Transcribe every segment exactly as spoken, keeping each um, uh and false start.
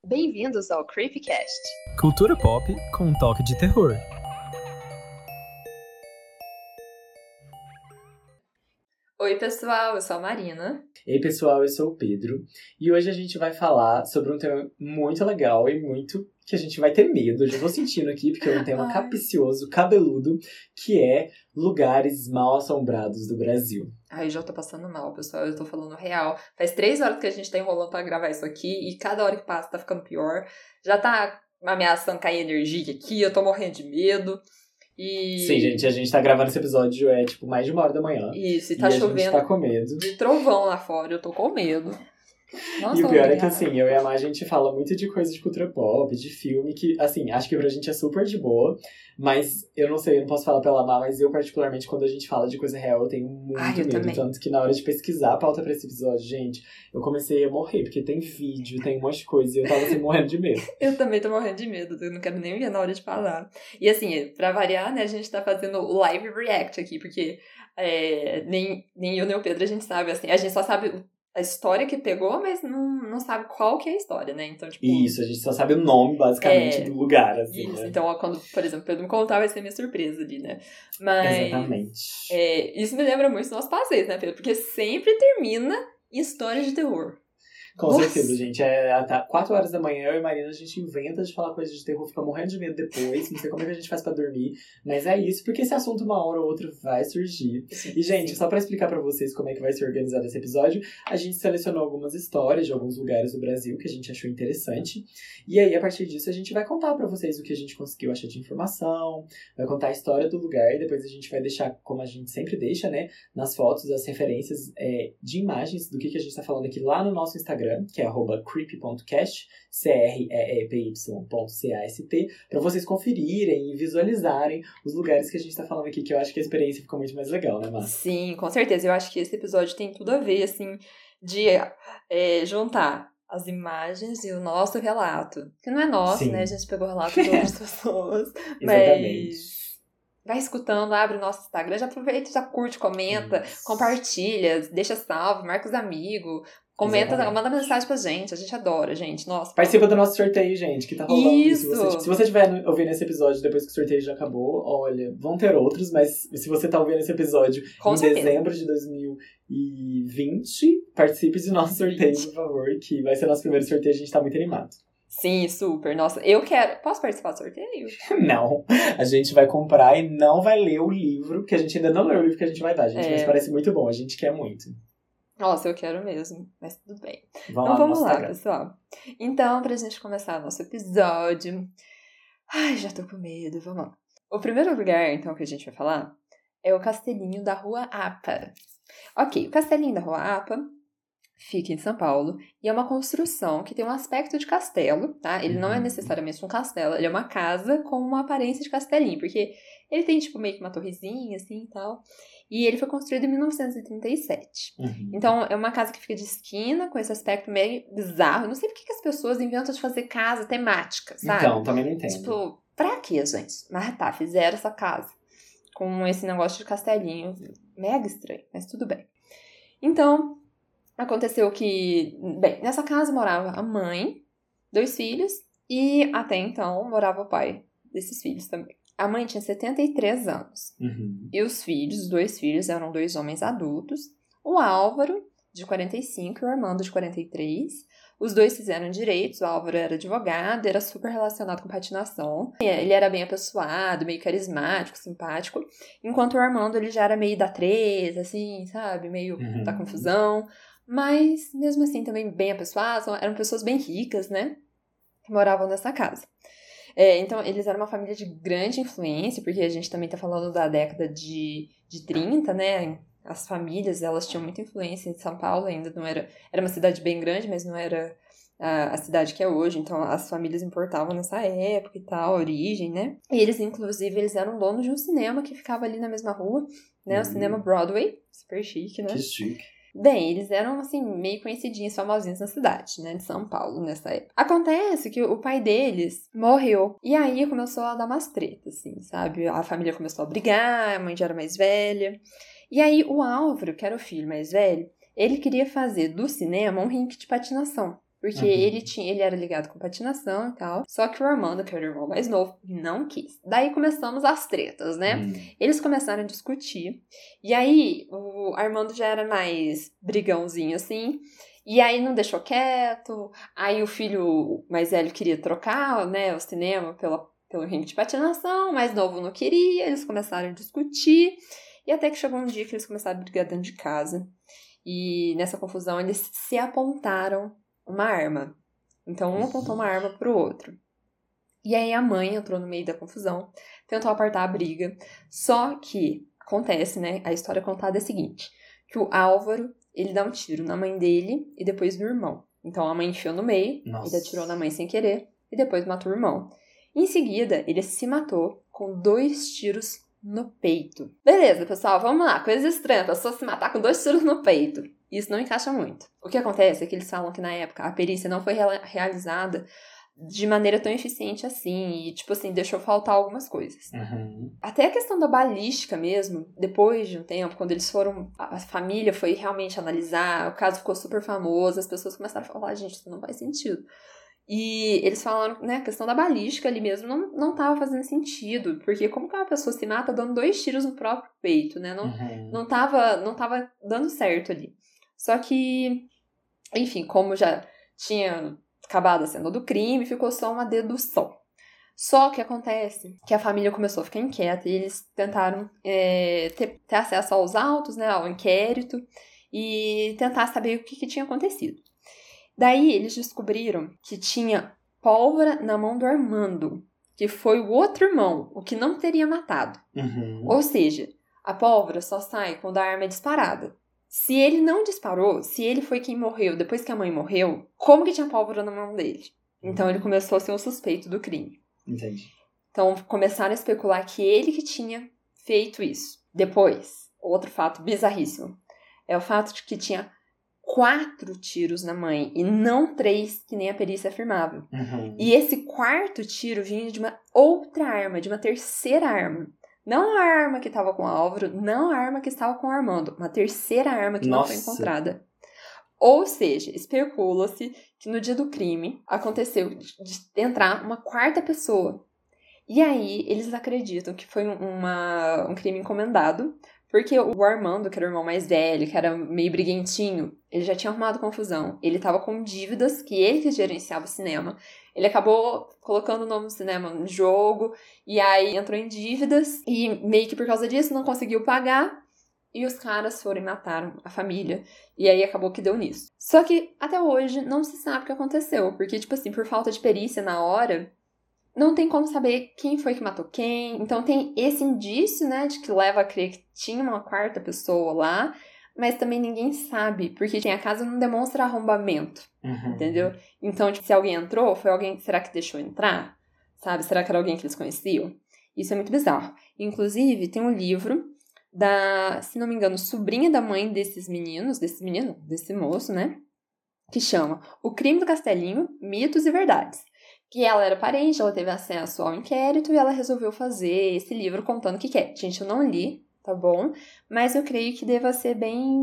Bem-vindos ao Creepycast. Cultura pop com um toque de terror. Oi, pessoal, eu sou a Marina. Ei, pessoal, eu sou o Pedro. E hoje a gente vai falar sobre um tema muito legal e muito que a gente vai ter medo. Eu já tô sentindo aqui, porque é um tema capcioso, cabeludo, que é lugares mal assombrados do Brasil. Ai, já tô passando mal, pessoal, eu tô falando real. Faz três horas que a gente tá enrolando pra gravar isso aqui e cada hora que passa tá ficando pior. Já tá ameaçando cair energia aqui, eu tô morrendo de medo. E... Sim, gente, a gente tá gravando esse episódio, é tipo mais de uma hora da manhã. Isso, e tá e chovendo. A gente tá com medo. De trovão lá fora, eu tô com medo. Nossa, e o pior é que, assim, eu e a Mar, a gente fala muito de coisa de cultura pop, de filme, que, assim, acho que pra gente é super de boa, mas eu não sei, eu não posso falar pela Mar, mas eu, particularmente, quando a gente fala de coisa real, eu tenho muito Ai, eu medo. também. Tanto que na hora de pesquisar a pauta pra esse episódio, gente, eu comecei a morrer, porque tem vídeo, tem um monte de coisa, e eu tava, assim, morrendo de medo. Eu também tô morrendo de medo, eu não quero nem ver na hora de falar. E, assim, pra variar, né, a gente tá fazendo o live react aqui, porque é, nem, nem eu nem o Pedro a gente sabe, assim, a gente só sabe a história que pegou, mas não, não sabe qual que é a história, né? Então, tipo... Isso, a gente só sabe o nome, basicamente, é, do lugar, assim, isso. né? Então, ó, quando, por exemplo, o Pedro me contar, vai ser minha surpresa ali, né? Mas... Exatamente. É, isso me lembra muito dos nossos passeios, né, Pedro? Porque sempre termina em história de terror. Com Nossa. certeza, gente. É até quatro horas da manhã, eu e Marina, a gente inventa de falar coisas de terror, fica morrendo de medo depois. Não sei como é que a gente faz pra dormir. Mas é isso, porque esse assunto uma hora ou outra vai surgir. E, gente, Sim. só pra explicar pra vocês como é que vai ser organizado esse episódio, a gente selecionou algumas histórias de alguns lugares do Brasil que a gente achou interessante. E aí, a partir disso, a gente vai contar pra vocês o que a gente conseguiu achar de informação, vai contar a história do lugar, e depois a gente vai deixar, como a gente sempre deixa, né, nas fotos, as referências é, de imagens do que, que a gente tá falando aqui lá no nosso Instagram, que é arroba creepy ponto cast, C R E E P Y ponto C A S T, pra vocês conferirem e visualizarem os lugares que a gente tá falando aqui, que eu acho que a experiência ficou muito mais legal, né, Mar? Sim, com certeza. Eu acho que esse episódio tem tudo a ver, assim, de é, juntar as imagens e o nosso relato. Que não é nosso, Sim. né? A gente pegou o relato de outras pessoas. Exatamente. Mas vai escutando, abre o nosso Instagram, já aproveita, já curte, comenta, Isso. compartilha, deixa salve, marca os amigos. Comenta, Exatamente. manda mensagem pra gente, a gente adora, gente. Nossa. Participa do nosso sorteio, gente, que tá rolando. Isso! Se você, se você estiver ouvindo esse episódio depois que o sorteio já acabou, olha, vão ter outros, mas se você tá ouvindo esse episódio Com em certeza. dezembro de dois mil e vinte, participe do nosso sorteio, por favor, que vai ser nosso primeiro sorteio, a gente tá muito animado. Sim, super. Nossa, eu quero... Posso participar do sorteio? Não, a gente vai comprar e não vai ler o livro, porque a gente ainda não leu o livro que a gente vai dar, gente, É. mas parece muito bom, a gente quer muito. Nossa, eu quero mesmo, mas tudo bem. Vamos Então lá no vamos nosso lá, Instagram. pessoal. Então, pra gente começar nosso episódio... Ai, já tô com medo, vamos lá. O primeiro lugar, então, que a gente vai falar é o Castelinho da Rua Apa. Ok, o Castelinho da Rua Apa fica em São Paulo e é uma construção que tem um aspecto de castelo, tá? Ele não é necessariamente um castelo, ele é uma casa com uma aparência de castelinho, porque ele tem, tipo, meio que uma torrezinha, assim, e tal. E ele foi construído em mil novecentos e trinta e sete. Uhum. Então, é uma casa que fica de esquina, com esse aspecto meio bizarro. Eu não sei por que que as pessoas inventam de fazer casa temática, sabe? Então, também não entendo. Tipo, pra quê, gente? Mas tá, fizeram essa casa com esse negócio de castelinho. Mega estranho, mas tudo bem. Então, aconteceu que... Bem, nessa casa morava a mãe, dois filhos, e até então morava o pai desses filhos também. A mãe tinha setenta e três anos. Uhum. E os filhos, os dois filhos, eram dois homens adultos. O Álvaro, de quarenta e cinco, e o Armando, de quarenta e três. Os dois fizeram direitos, o Álvaro era advogado, era super relacionado com patinação. Ele era bem apessoado, meio carismático, simpático. Enquanto o Armando, ele já era meio da treza, assim, sabe? Meio Uhum. da confusão. Mas, mesmo assim, também bem apessoados. Eram pessoas bem ricas, né? Que moravam nessa casa. É, então, eles eram uma família de grande influência, porque a gente também tá falando da década de, de trinta, né? As famílias, elas tinham muita influência em São Paulo, ainda não era... Era uma cidade bem grande, mas não era a, a cidade que é hoje. Então, as famílias importavam nessa época e tal, a origem, né? E eles, inclusive, eles eram donos de um cinema que ficava ali na mesma rua, né? O Uhum. cinema Broadway, super chique, né? Que chique. Bem, eles eram, assim, meio conhecidinhos, famosinhos na cidade, né, de São Paulo, nessa época. Acontece que o pai deles morreu, e aí começou a dar umas tretas, assim, sabe? A família começou a brigar, a mãe já era mais velha. E aí o Álvaro, que era o filho mais velho, ele queria fazer do cinema um rink de patinação. Porque Uhum. ele tinha, ele era ligado com patinação e tal. Só que o Armando, que era o irmão mais novo, não quis. Daí começamos as tretas, né? Hum. Eles começaram a discutir. E aí, o Armando já era mais brigãozinho, assim. E aí não deixou quieto. Aí o filho mais velho queria trocar, né, o cinema pela, pelo ringue de patinação. O mais novo não queria. Eles começaram a discutir. E até que chegou um dia que eles começaram a brigar dentro de casa. E nessa confusão eles se apontaram uma arma. Então um apontou uma arma pro outro. E aí a mãe entrou no meio da confusão, tentou apartar a briga. Só que acontece, né? A história contada é a seguinte: que o Álvaro, ele dá um tiro na mãe dele e depois no irmão. Então a mãe enfiou no meio, Nossa. ele atirou na mãe sem querer e depois matou o irmão. Em seguida, ele se matou com dois tiros no peito. Beleza, pessoal, vamos lá. Coisas estranhas, a pessoa se matar com dois tiros no peito. Isso não encaixa muito. O que acontece é que eles falam que na época a perícia não foi reala- realizada de maneira tão eficiente assim. E, tipo assim, deixou faltar algumas coisas. Uhum. Até a questão da balística mesmo, depois de um tempo, quando eles foram... A família foi realmente analisar, o caso ficou super famoso, as pessoas começaram a falar, gente, isso não faz sentido. E eles falaram, né, a questão da balística ali mesmo não, não tava fazendo sentido, porque como que uma pessoa se mata dando dois tiros no próprio peito, né? Não, Uhum. não, tava, não tava dando certo ali. Só que, enfim, como já tinha acabado a cena do crime, ficou só uma dedução. Só que acontece que a família começou a ficar inquieta e eles tentaram é, ter, ter acesso aos autos, né, ao inquérito, e tentar saber o que, que tinha acontecido. Daí eles descobriram que tinha pólvora na mão do Armando, que foi o outro irmão, o que não teria matado. Uhum. Ou seja, a pólvora só sai quando a arma é disparada. Se ele não disparou, se ele foi quem morreu depois que a mãe morreu, como que tinha pólvora na mão dele? Então ele começou a ser o suspeito do crime. Entendi. Então começaram a especular que ele que tinha feito isso. Depois, outro fato bizarríssimo, é o fato de que tinha quatro tiros na mãe e não três, que nem a perícia afirmava. Uhum. E esse quarto tiro vinha de uma outra arma, de uma terceira arma. Não a arma que estava com o Álvaro, não a arma que estava com o Armando, uma terceira arma que Nossa. não foi encontrada. Ou seja, especula-se que no dia do crime aconteceu de entrar uma quarta pessoa. E aí eles acreditam que foi uma, um crime encomendado, porque o Armando, que era o irmão mais velho, que era meio briguentinho, ele já tinha arrumado confusão. Ele tava com dívidas, que ele que gerenciava o cinema. Ele acabou colocando o nome do cinema no jogo, e aí entrou em dívidas, e meio que por causa disso não conseguiu pagar, e os caras foram e mataram a família. E aí acabou que deu nisso. Só que até hoje não se sabe o que aconteceu, porque, tipo assim, por falta de perícia na hora, não tem como saber quem foi que matou quem. Então tem esse indício, né, de que leva a crer que tinha uma quarta pessoa lá, mas também ninguém sabe, porque a casa não demonstra arrombamento, Uhum. entendeu? Então, tipo, se alguém entrou, foi alguém, será que deixou entrar? Sabe? Será que era alguém que eles conheciam? Isso é muito bizarro. Inclusive, tem um livro da, se não me engano, sobrinha da mãe desses meninos, desse menino, desse moço, né, que chama O Crime do Castelinho, Mitos e Verdades. Que ela era parente, ela teve acesso ao inquérito e ela resolveu fazer esse livro contando o que que é. Gente, eu não li, tá bom? Mas eu creio que deva ser bem,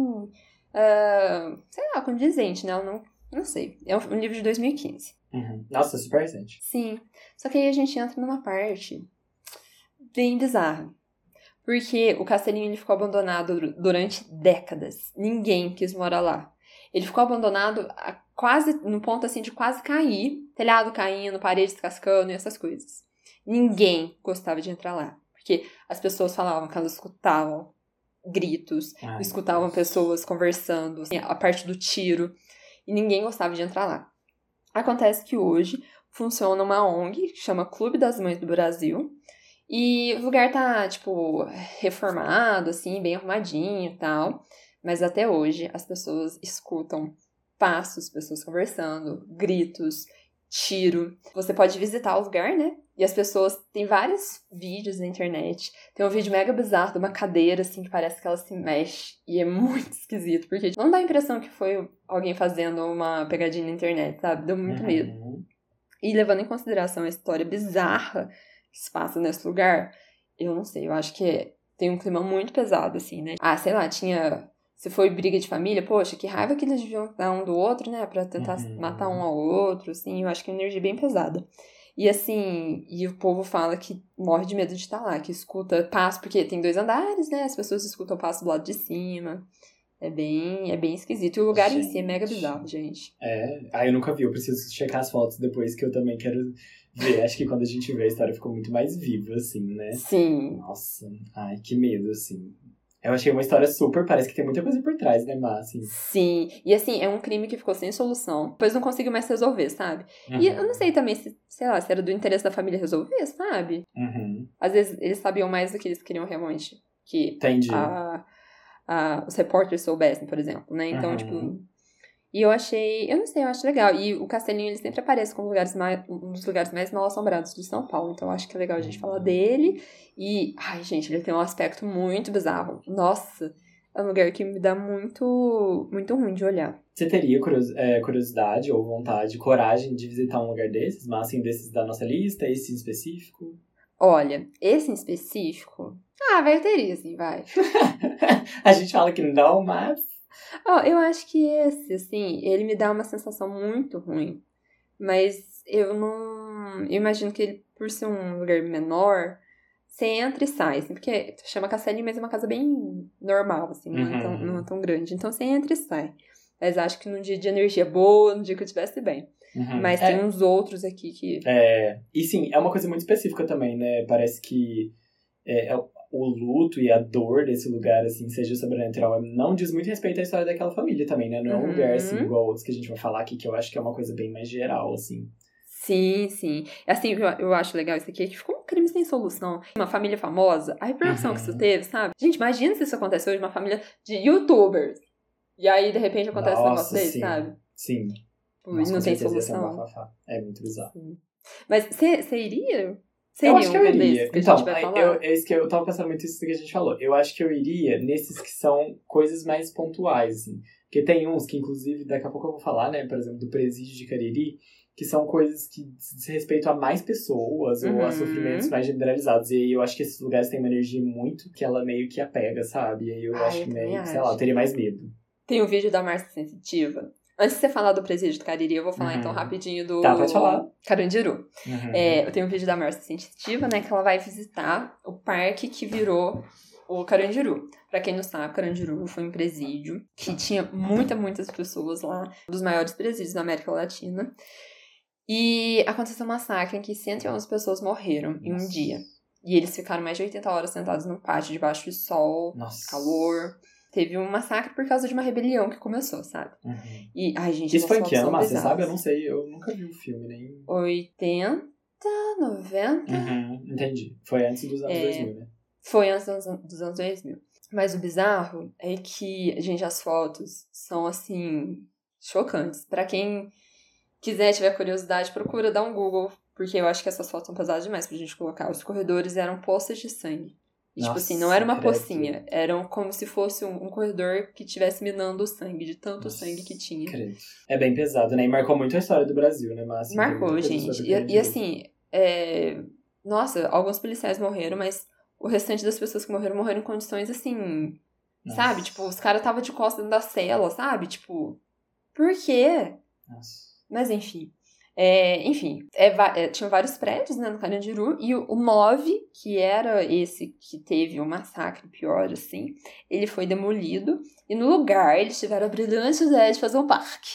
uh, sei lá, condizente, né? Eu não, não sei. É um livro de dois mil e quinze. Uhum. Nossa, super recente. Sim. Só que aí a gente entra numa parte bem bizarra. Porque o castelinho ele ficou abandonado durante décadas. Ninguém quis morar lá. Ele ficou abandonado a quase, no ponto assim de quase cair. Telhado caindo, paredes cascando e essas coisas. Ninguém gostava de entrar lá. Porque as pessoas falavam que elas escutavam gritos, Ai, escutavam pessoas conversando, assim, a parte do tiro. E ninguém gostava de entrar lá. Acontece que hoje funciona uma O N G que chama Clube das Mães do Brasil. E o lugar tá, tipo, reformado, assim, bem arrumadinho e tal. Mas até hoje as pessoas escutam passos, pessoas conversando, gritos, tiro. Você pode visitar o lugar, né? E as pessoas... Tem vários vídeos na internet. Tem um vídeo mega bizarro de uma cadeira, assim, que parece que ela se mexe. E é muito esquisito, porque não dá a impressão que foi alguém fazendo uma pegadinha na internet, sabe? Deu muito Uhum. medo. E levando em consideração a história bizarra que se passa nesse lugar, eu não sei, eu acho que tem um clima muito pesado, assim, né? Ah, sei lá, tinha Se foi briga de família, poxa, que raiva que eles deviam dar um do outro, né? Pra tentar Uhum. matar um ao outro, assim. Eu acho que é uma energia bem pesada. E assim, e o povo fala que morre de medo de estar lá, que escuta passo, porque tem dois andares, né? As pessoas escutam passo do lado de cima. É bem, é bem esquisito. E o lugar em si é mega Gente. bizarro, gente. É. Ah, eu nunca vi. Eu preciso checar as fotos depois, que eu também quero ver. Acho que quando a gente vê, a história ficou muito mais viva, assim, né? Sim. Nossa. Ai, que medo, assim. Eu achei uma história super... Parece que tem muita coisa por trás, né, Má? Assim. Sim. E assim, é um crime que ficou sem solução. Depois não conseguiu mais resolver, sabe? Uhum. E eu não sei também se, sei lá, se era do interesse da família resolver, sabe? Uhum. Às vezes eles sabiam mais do que eles queriam realmente que Entendi. a, a, os repórteres soubessem, por exemplo, né? Então, Uhum. tipo... E eu achei... Eu não sei, eu acho legal. E o Castelinho, ele sempre aparece como lugares mais, um dos lugares mais mal assombrados de São Paulo. Então, eu acho que é legal a gente falar dele. E... Ai, gente, ele tem um aspecto muito bizarro. Nossa... É um lugar que me dá muito, muito ruim de olhar. Você teria curios- é, curiosidade ou vontade, coragem de visitar um lugar desses? Mas assim, desses da nossa lista, esse em específico? Olha, esse em específico... Ah, vai, eu teria, assim, vai. A gente fala que não, mas... Ó, eu acho que esse, assim, ele me dá uma sensação muito ruim. Mas eu não... Eu imagino que ele, por ser um lugar menor... Você entra e sai, assim, porque chama Castelinho, mas é uma casa bem normal, assim, não, Uhum. é tão, não é tão grande. Então você entra e sai. Mas acho que num dia de energia boa, num dia que eu estivesse bem. Uhum. Mas É. tem uns outros aqui que... É, e sim, é uma coisa muito específica também, né? Parece que é, é, o luto e a dor desse lugar, assim, seja sobrenatural, não diz muito respeito à história daquela família também, né? Não é um Uhum. lugar, assim, igual outros que a gente vai falar aqui, que eu acho que é uma coisa bem mais geral, assim. Sim, sim. Assim, eu, eu acho legal isso aqui, é que ficou um crime sem solução. Uma família famosa, a repercussão Uhum. que isso teve, sabe? Gente, imagina se isso acontece hoje, uma família de youtubers. E aí, de repente, acontece um negócio Nossa, desse, sim. sabe? Sim. Tipo, Nossa, e não com tem certeza ia ser um solução. bafafá. É muito bizarro. Sim. Mas você iria? Você Eu iria acho em que eu algum iria. desses que a Então, gente vai aí, falar? eu, é isso que eu tava pensando muito isso que a gente falou. Eu acho que eu iria nesses que são coisas mais pontuais, assim. Porque tem uns que, inclusive, daqui a pouco eu vou falar, né? Por exemplo, do presídio de Cariri, que são coisas que diz respeito a mais pessoas ou a Uhum. sofrimentos mais generalizados. E aí eu acho que esses lugares têm uma energia muito que ela meio que apega, sabe? E aí eu Ah, acho eu que também meio, sei acho. lá, eu teria mais medo. Tem um vídeo da Márcia Sensitiva. Antes de você falar do presídio do Cariri, eu vou falar Uhum. então rapidinho do Tá, pode falar. Carandiru. Uhum. É, eu tenho um vídeo da Márcia Sensitiva, né, que ela vai visitar o parque que virou o Carandiru. Pra quem não sabe, Carandiru foi um presídio que tinha muitas, muitas pessoas lá, um dos maiores presídios da América Latina. E aconteceu um massacre em que cento e onze pessoas morreram em um Nossa. dia. E eles ficaram mais de oitenta horas sentados no pátio, debaixo de sol, Nossa. calor. Teve um massacre por causa de uma rebelião que começou, sabe? Uhum. E, ai, gente, Isso as foi em fotos que ano, são Márcia? Você bizarras. sabe? Eu não sei. Eu nunca vi o filme, nem... oitenta, noventa? Uhum, entendi. Foi antes dos anos É. dois mil, né? Foi antes dos anos, dos anos dois mil. Mas o bizarro é que, gente, as fotos são, assim, chocantes. Pra quem quiser, tiver curiosidade, procura dar um Google, porque eu acho que essas fotos são pesadas demais pra gente colocar. Os corredores eram poças de sangue. E, tipo Nossa, assim, não era uma credo. pocinha. Eram como se fosse um, um corredor que estivesse minando o sangue, de tanto Nossa, sangue que tinha. credo. É bem pesado, né? E marcou muito a história do Brasil, né, Márcia? Tem Marcou, muita coisa gente. sobre E, Carandiru. e assim, é... nossa, alguns policiais morreram, mas o restante das pessoas que morreram, morreram em condições assim, Nossa. sabe? Tipo, os caras estavam de costas dentro da cela, sabe? Tipo, por quê? Nossa. Mas enfim. É, enfim, é, va- é, tinham vários prédios, né, no Carandiru, e o, o nove, que era esse que teve o massacre pior, assim, ele foi demolido, e no lugar eles tiveram a brilhante ideia de fazer um parque.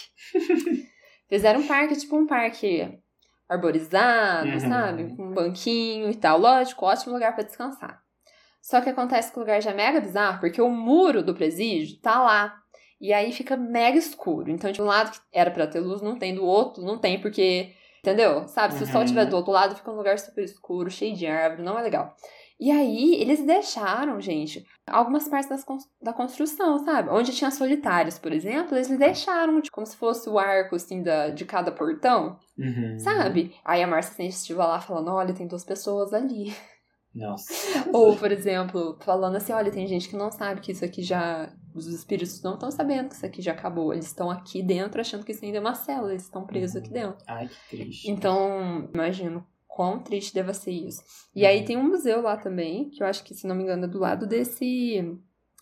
Fizeram um parque, tipo um parque arborizado, Uhum. sabe? Com um banquinho e tal. Lógico, ótimo lugar pra descansar. Só que acontece que o lugar já é mega bizarro, porque o muro do presídio tá lá. E aí fica mega escuro. Então, de um lado que era pra ter luz, não tem. Do outro, não tem, porque... Entendeu? Sabe? Se o sol Uhum. estiver do outro lado, fica um lugar super escuro, cheio de árvore. Não é legal. E aí, eles deixaram, gente, algumas partes das, cons- da construção, sabe? Onde tinha solitários, por exemplo, eles deixaram tipo, como se fosse o arco, assim, da, de cada portão, Uhum. sabe? Aí a Márcia estive lá falando, olha, tem duas pessoas ali. Nossa. Ou, por exemplo, falando assim, olha, tem gente que não sabe que isso aqui já... Os espíritos não estão sabendo que isso aqui já acabou. Eles estão aqui dentro achando que isso ainda é uma célula. Eles estão presos aqui dentro. Ai, que triste. Então, imagino quão triste deva ser isso. E Uhum. aí tem um museu lá também, que eu acho que, se não me engano, é do lado desse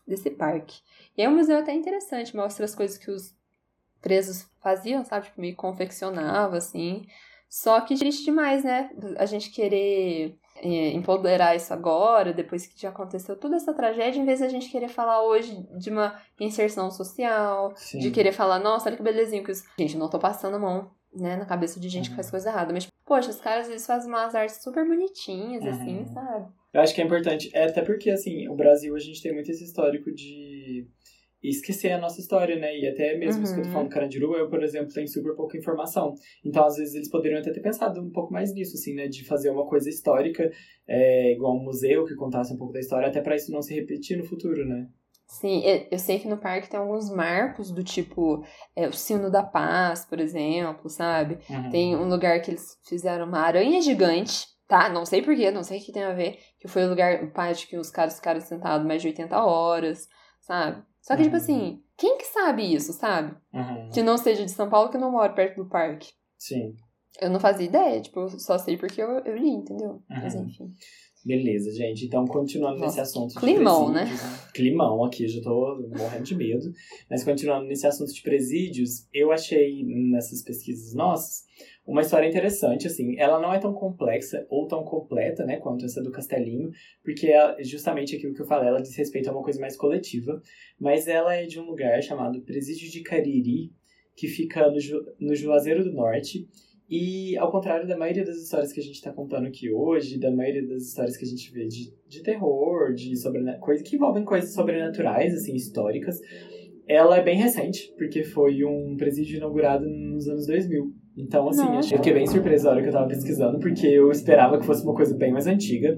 desse parque. E aí o museu é até interessante, mostra as coisas que os presos faziam, sabe? Tipo, meio confeccionava, assim. Só que triste demais, né? A gente querer é, empoderar isso agora, depois que já aconteceu toda essa tragédia, em vez de a gente querer falar hoje de uma inserção social, Sim. de querer falar, nossa, olha que belezinho que os... Gente, não tô passando a mão, né, na cabeça de gente uhum. que faz coisa errada. Mas, poxa, os caras, eles fazem umas artes super bonitinhas, uhum. assim, sabe? Eu acho que é importante. É até porque, assim, o Brasil, a gente tem muito esse histórico de esquecer a nossa história, né? E até mesmo uhum. isso que eu tô falando do Carandiru, eu, por exemplo, tenho super pouca informação. Então, às vezes, eles poderiam até ter pensado um pouco mais nisso, assim, né? De fazer uma coisa histórica, é, igual um museu que contasse um pouco da história, até pra isso não se repetir no futuro, né? Sim, eu sei que no parque tem alguns marcos do tipo é, o Sino da Paz, por exemplo, sabe? Uhum. Tem um lugar que eles fizeram uma aranha gigante, tá? Não sei porquê, não sei o que tem a ver, que foi o lugar, o pátio que os caras ficaram sentados mais de oitenta horas, sabe? Só que, uhum. tipo assim, quem que sabe isso, sabe? Uhum. Que não seja de São Paulo, que não mora perto do parque. Sim. Eu não fazia ideia, tipo, eu só sei porque eu, eu li, entendeu? Uhum. Mas enfim. Beleza, gente. Então, continuando Nossa, nesse assunto de climão, presídios... Né? Climão aqui, já tô morrendo de medo. Mas continuando nesse assunto de presídios, eu achei nessas pesquisas nossas uma história interessante, assim. Ela não é tão complexa ou tão completa, né, quanto essa do Castelinho, porque é justamente aquilo que eu falei, ela diz respeito a uma coisa mais coletiva, mas ela é de um lugar chamado Presídio de Cariri, que fica no, Ju... no Juazeiro do Norte. E, ao contrário da maioria das histórias que a gente está contando aqui hoje, da maioria das histórias que a gente vê de, de terror, de sobrenat... coisa, que envolvem coisas sobrenaturais, assim, históricas, ela é bem recente, porque foi um presídio inaugurado nos anos dois mil. Então, assim, Nossa. eu fiquei bem surpresa na hora que eu tava pesquisando, porque eu esperava que fosse uma coisa bem mais antiga.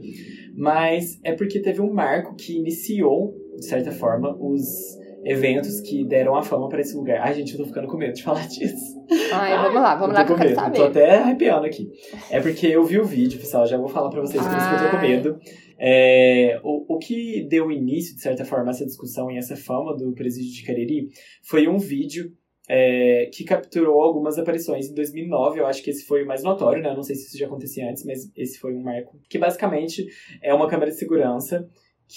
Mas é porque teve um marco que iniciou, de certa forma, os eventos que deram a fama pra esse lugar. Ai, gente, eu tô ficando com medo de falar disso. Ai, vamos lá, vamos lá que eu quero saber. Eu tô até arrepiando aqui. É porque eu vi o vídeo, pessoal, já vou falar pra vocês, por isso que eu tô com medo. É, o, o que deu início, de certa forma, a essa discussão e essa fama do presídio de Cariri foi um vídeo é, que capturou algumas aparições em dois mil e nove. Eu acho que esse foi o mais notório, né? Eu não sei se isso já acontecia antes, mas esse foi um marco. Que basicamente é uma câmera de segurança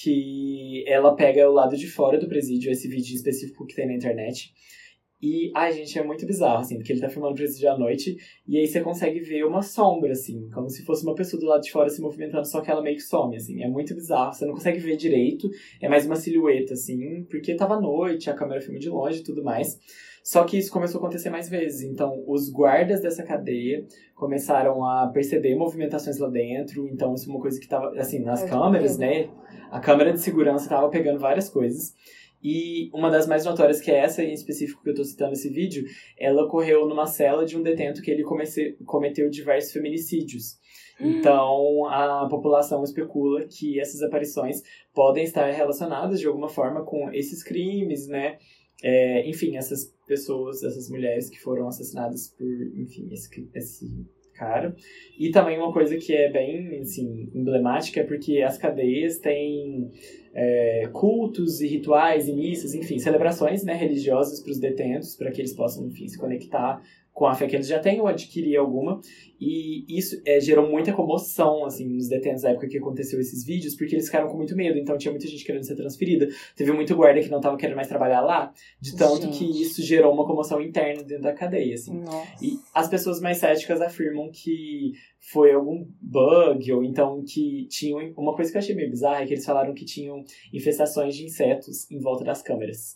que ela pega o lado de fora do presídio, esse vídeo específico que tem na internet. E, ai, gente, é muito bizarro, assim, porque ele tá filmando o presídio à noite, e aí você consegue ver uma sombra, assim, como se fosse uma pessoa do lado de fora se movimentando, só que ela meio que some, assim, é muito bizarro, você não consegue ver direito, é mais uma silhueta, assim, porque tava à noite, a câmera filma de longe e tudo mais. Só que isso começou a acontecer mais vezes, então os guardas dessa cadeia começaram a perceber movimentações lá dentro, então isso é uma coisa que tava, assim, nas câmeras, né, a câmera de segurança tava pegando várias coisas. E uma das mais notórias, que é essa em específico que eu tô citando nesse vídeo, ela ocorreu numa cela de um detento que ele comece, cometeu diversos feminicídios. Hum. Então, a população especula que essas aparições podem estar relacionadas de alguma forma com esses crimes, né? É, enfim, essas pessoas, essas mulheres que foram assassinadas por, enfim, esse, esse cara. E também uma coisa que é bem, assim, emblemática é porque as cadeias têm é, cultos e rituais e missas, enfim, celebrações, né, religiosas para os detentos, para que eles possam, enfim, se conectar com a fé que eles já têm ou adquirir alguma. E isso é, gerou muita comoção, assim, nos detentos na época que aconteceu esses vídeos, porque eles ficaram com muito medo, então tinha muita gente querendo ser transferida. Teve muito guarda que não estava querendo mais trabalhar lá, de tanto gente. que isso gerou uma comoção interna dentro da cadeia, assim. Nossa. E as pessoas mais céticas afirmam que foi algum bug, ou então que tinham... Uma coisa que eu achei meio bizarra é que eles falaram que tinham infestações de insetos em volta das câmeras.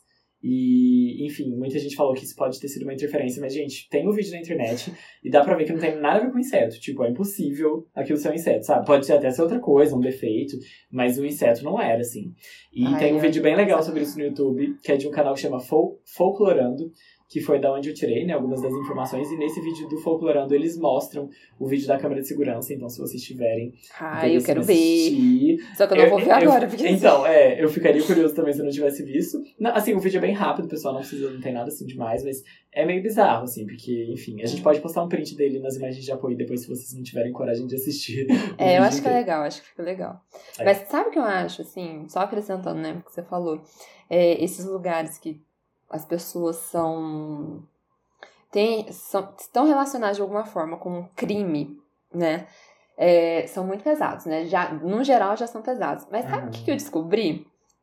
E, enfim, muita gente falou que isso pode ter sido uma interferência, mas, gente, tem um vídeo na internet e dá pra ver que não tem nada a ver com inseto. Tipo, é impossível aquilo ser um inseto, sabe? Pode até ser outra coisa, um defeito, mas o inseto não era, assim. E ai, tem um vídeo bem legal sobre isso no YouTube, que é de um canal que chama Fol- Folclorando, que foi da onde eu tirei, né, algumas das informações, e nesse vídeo do Folclorando eles mostram o vídeo da câmera de segurança, então se vocês tiverem... Ai, eu quero ver! Só que eu não eu, vou ver eu, agora, porque... Então, é, eu ficaria curioso também se eu não tivesse visto. Não, assim, o vídeo é bem rápido, pessoal, não precisa, não tem nada assim demais, mas é meio bizarro, assim, porque, enfim, a gente pode postar um print dele nas imagens de apoio depois, se vocês não tiverem coragem de assistir. É, eu acho que é legal, acho que fica legal. É. Mas sabe o que eu acho, assim, só acrescentando, né, o que você falou, é, esses lugares que as pessoas são, tem, são estão relacionadas de alguma forma com um crime, né? É, são muito pesados, né? Já, no geral já são pesados. Mas sabe o uhum. que, que eu descobri?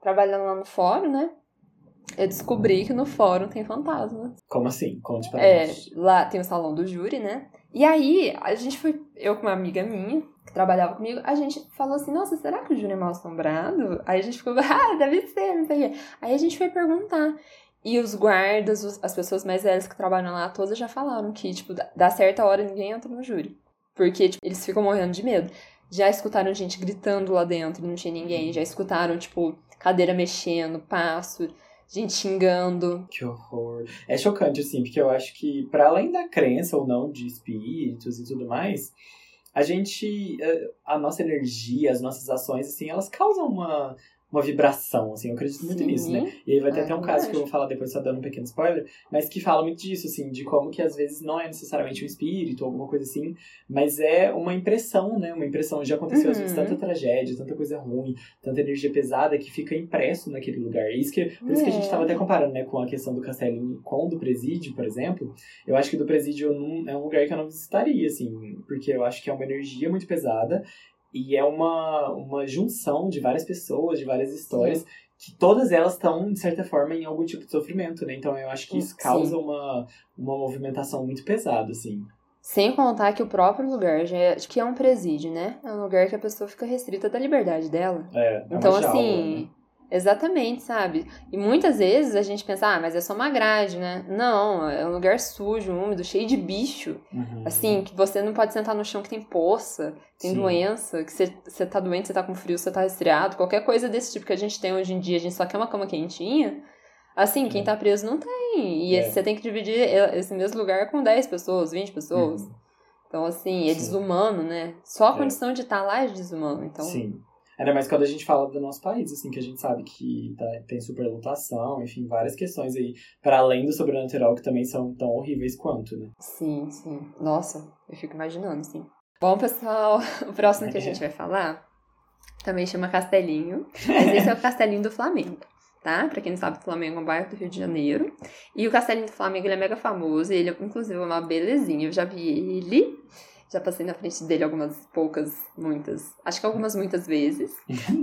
trabalhando lá no fórum, né? Eu descobri que no fórum tem fantasma. Como assim? Conte pra É, nós. lá tem o salão do júri, né? E aí, a gente foi, eu com uma amiga minha, que trabalhava comigo, a gente falou assim, nossa, será que o júri é mal assombrado? Aí a gente ficou, ah, deve ser, não sei o quê. Aí a gente foi perguntar. E os guardas, os- as pessoas mais velhas que trabalham lá, todas já falaram que, tipo, da da certa hora ninguém entra no júri. Porque, tipo, eles ficam morrendo de medo. Já escutaram gente gritando lá dentro, não tinha ninguém. Já escutaram, tipo, cadeira mexendo, passo, gente xingando. Que horror. É chocante, assim, porque eu acho que, para além da crença ou não de espíritos e tudo mais, a gente, eh, a nossa energia, as nossas ações, assim, elas causam uma, uma vibração, assim, eu acredito muito Sim. nisso, né? E aí vai ter É, até um também caso que eu acho. vou falar depois, só dando um pequeno spoiler, mas que fala muito disso, assim, de como que às vezes não é necessariamente um espírito ou alguma coisa assim, mas é uma impressão, né? Uma impressão. Já aconteceu, às vezes, tanta Uhum. tragédia, tanta coisa ruim, tanta energia pesada que fica impresso naquele lugar. E isso que, por isso que a gente estava É. até comparando, né, com a questão do castelinho com o do presídio, por exemplo. Eu acho que o do presídio não, é um lugar que eu não visitaria, assim, porque eu acho que é uma energia muito pesada e é uma, uma junção de várias pessoas, de várias histórias, Sim. que todas elas estão, de certa forma, em algum tipo de sofrimento, né? Então eu acho que isso causa Sim. uma, uma movimentação muito pesada, assim. Sem contar que o próprio lugar já é, que é um presídio, né? É um lugar que a pessoa fica restrita da liberdade dela. É, é uma Então, jaula, assim, né? exatamente, sabe? E muitas vezes a gente pensa, ah, mas é só uma grade, né? Não, é um lugar sujo, úmido, cheio de bicho. Uhum. Assim, que você não pode sentar no chão que tem poça, tem Sim. doença, que você, você tá doente, você tá com frio, você tá resfriado, qualquer coisa desse tipo que a gente tem hoje em dia, a gente só quer uma cama quentinha. Assim, quem É. tá preso não tem. E É. você tem que dividir esse mesmo lugar com dez pessoas, vinte pessoas. Uhum. Então, assim, é Sim. desumano, né? Só a É. condição de estar lá é desumano. Então, Sim. Ainda mais quando a gente fala do nosso país, assim, que a gente sabe que tá, tem superlotação, enfim, várias questões aí, para além do sobrenatural, que também são tão horríveis quanto, né? sim, sim. Nossa, eu fico imaginando, sim. Bom, pessoal, o próximo que a gente vai falar também chama Castelinho, mas esse é o Castelinho do Flamengo, tá? Pra quem não sabe, o Flamengo é um bairro do Rio de Janeiro. E o Castelinho do Flamengo, ele é mega famoso, ele, inclusive, é uma belezinha. Eu já vi ele, já passei na frente dele algumas poucas, muitas, acho que algumas muitas vezes.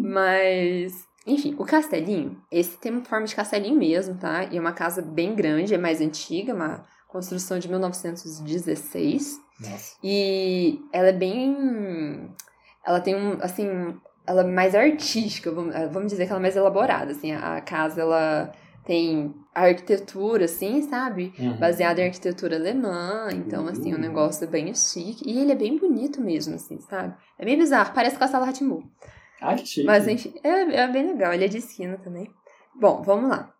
Mas, enfim, o Castelinho, esse tem uma forma de castelinho mesmo, tá? E é uma casa bem grande, é mais antiga, uma construção de mil novecentos e dezesseis. Nossa. E ela é bem... Ela tem um, assim... Ela é mais artística, vamos, vamos dizer que ela é mais elaborada, assim. A casa, ela tem a arquitetura, assim, sabe? Uhum. Baseada em arquitetura alemã. Então, assim, o Uhum. negócio é bem chique. E ele é bem bonito mesmo, assim, sabe? É bem bizarro, parece o Castelo Rá-Tim-Bum. Ah, que chique. Mas, enfim, é, é bem legal. Ele é de esquina também. Bom, vamos lá.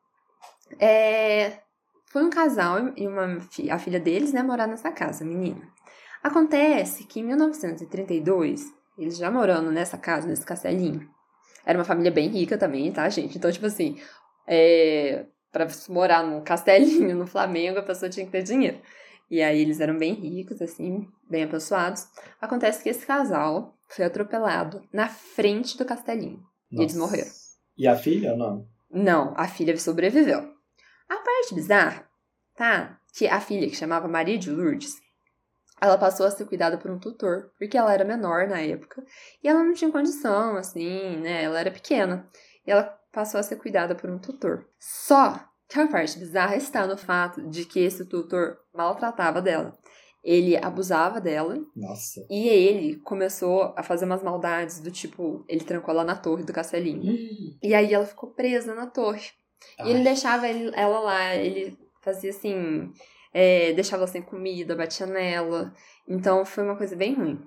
É... Foi um casal e uma fi- a filha deles, né, morar nessa casa, menina. Acontece que em mil novecentos e trinta e dois, eles já morando nessa casa, nesse castelinho, era uma família bem rica também, tá, gente? Então, tipo assim, é... pra morar num castelinho no Flamengo, a pessoa tinha que ter dinheiro. E aí eles eram bem ricos, assim, bem apessoados. Acontece que esse casal foi atropelado na frente do castelinho. E eles Nossa. morreram. E a filha ou não? Não, a filha sobreviveu. A parte bizarra, tá? Que a filha, que chamava Maria de Lourdes, ela passou a ser cuidada por um tutor, porque ela era menor na época, e ela não tinha condição, assim, né? Ela era pequena. E ela passou a ser cuidada por um tutor. Só que a parte bizarra está no fato de que esse tutor maltratava dela. Ele abusava dela, Nossa. e ele começou a fazer umas maldades do tipo, ele trancou ela na torre do castelinho. Hum. E aí ela ficou presa na torre. E ele Ai. deixava ele- ela lá, ele fazia assim, é, deixava ela sem comida, batia nela. Então foi uma coisa bem ruim.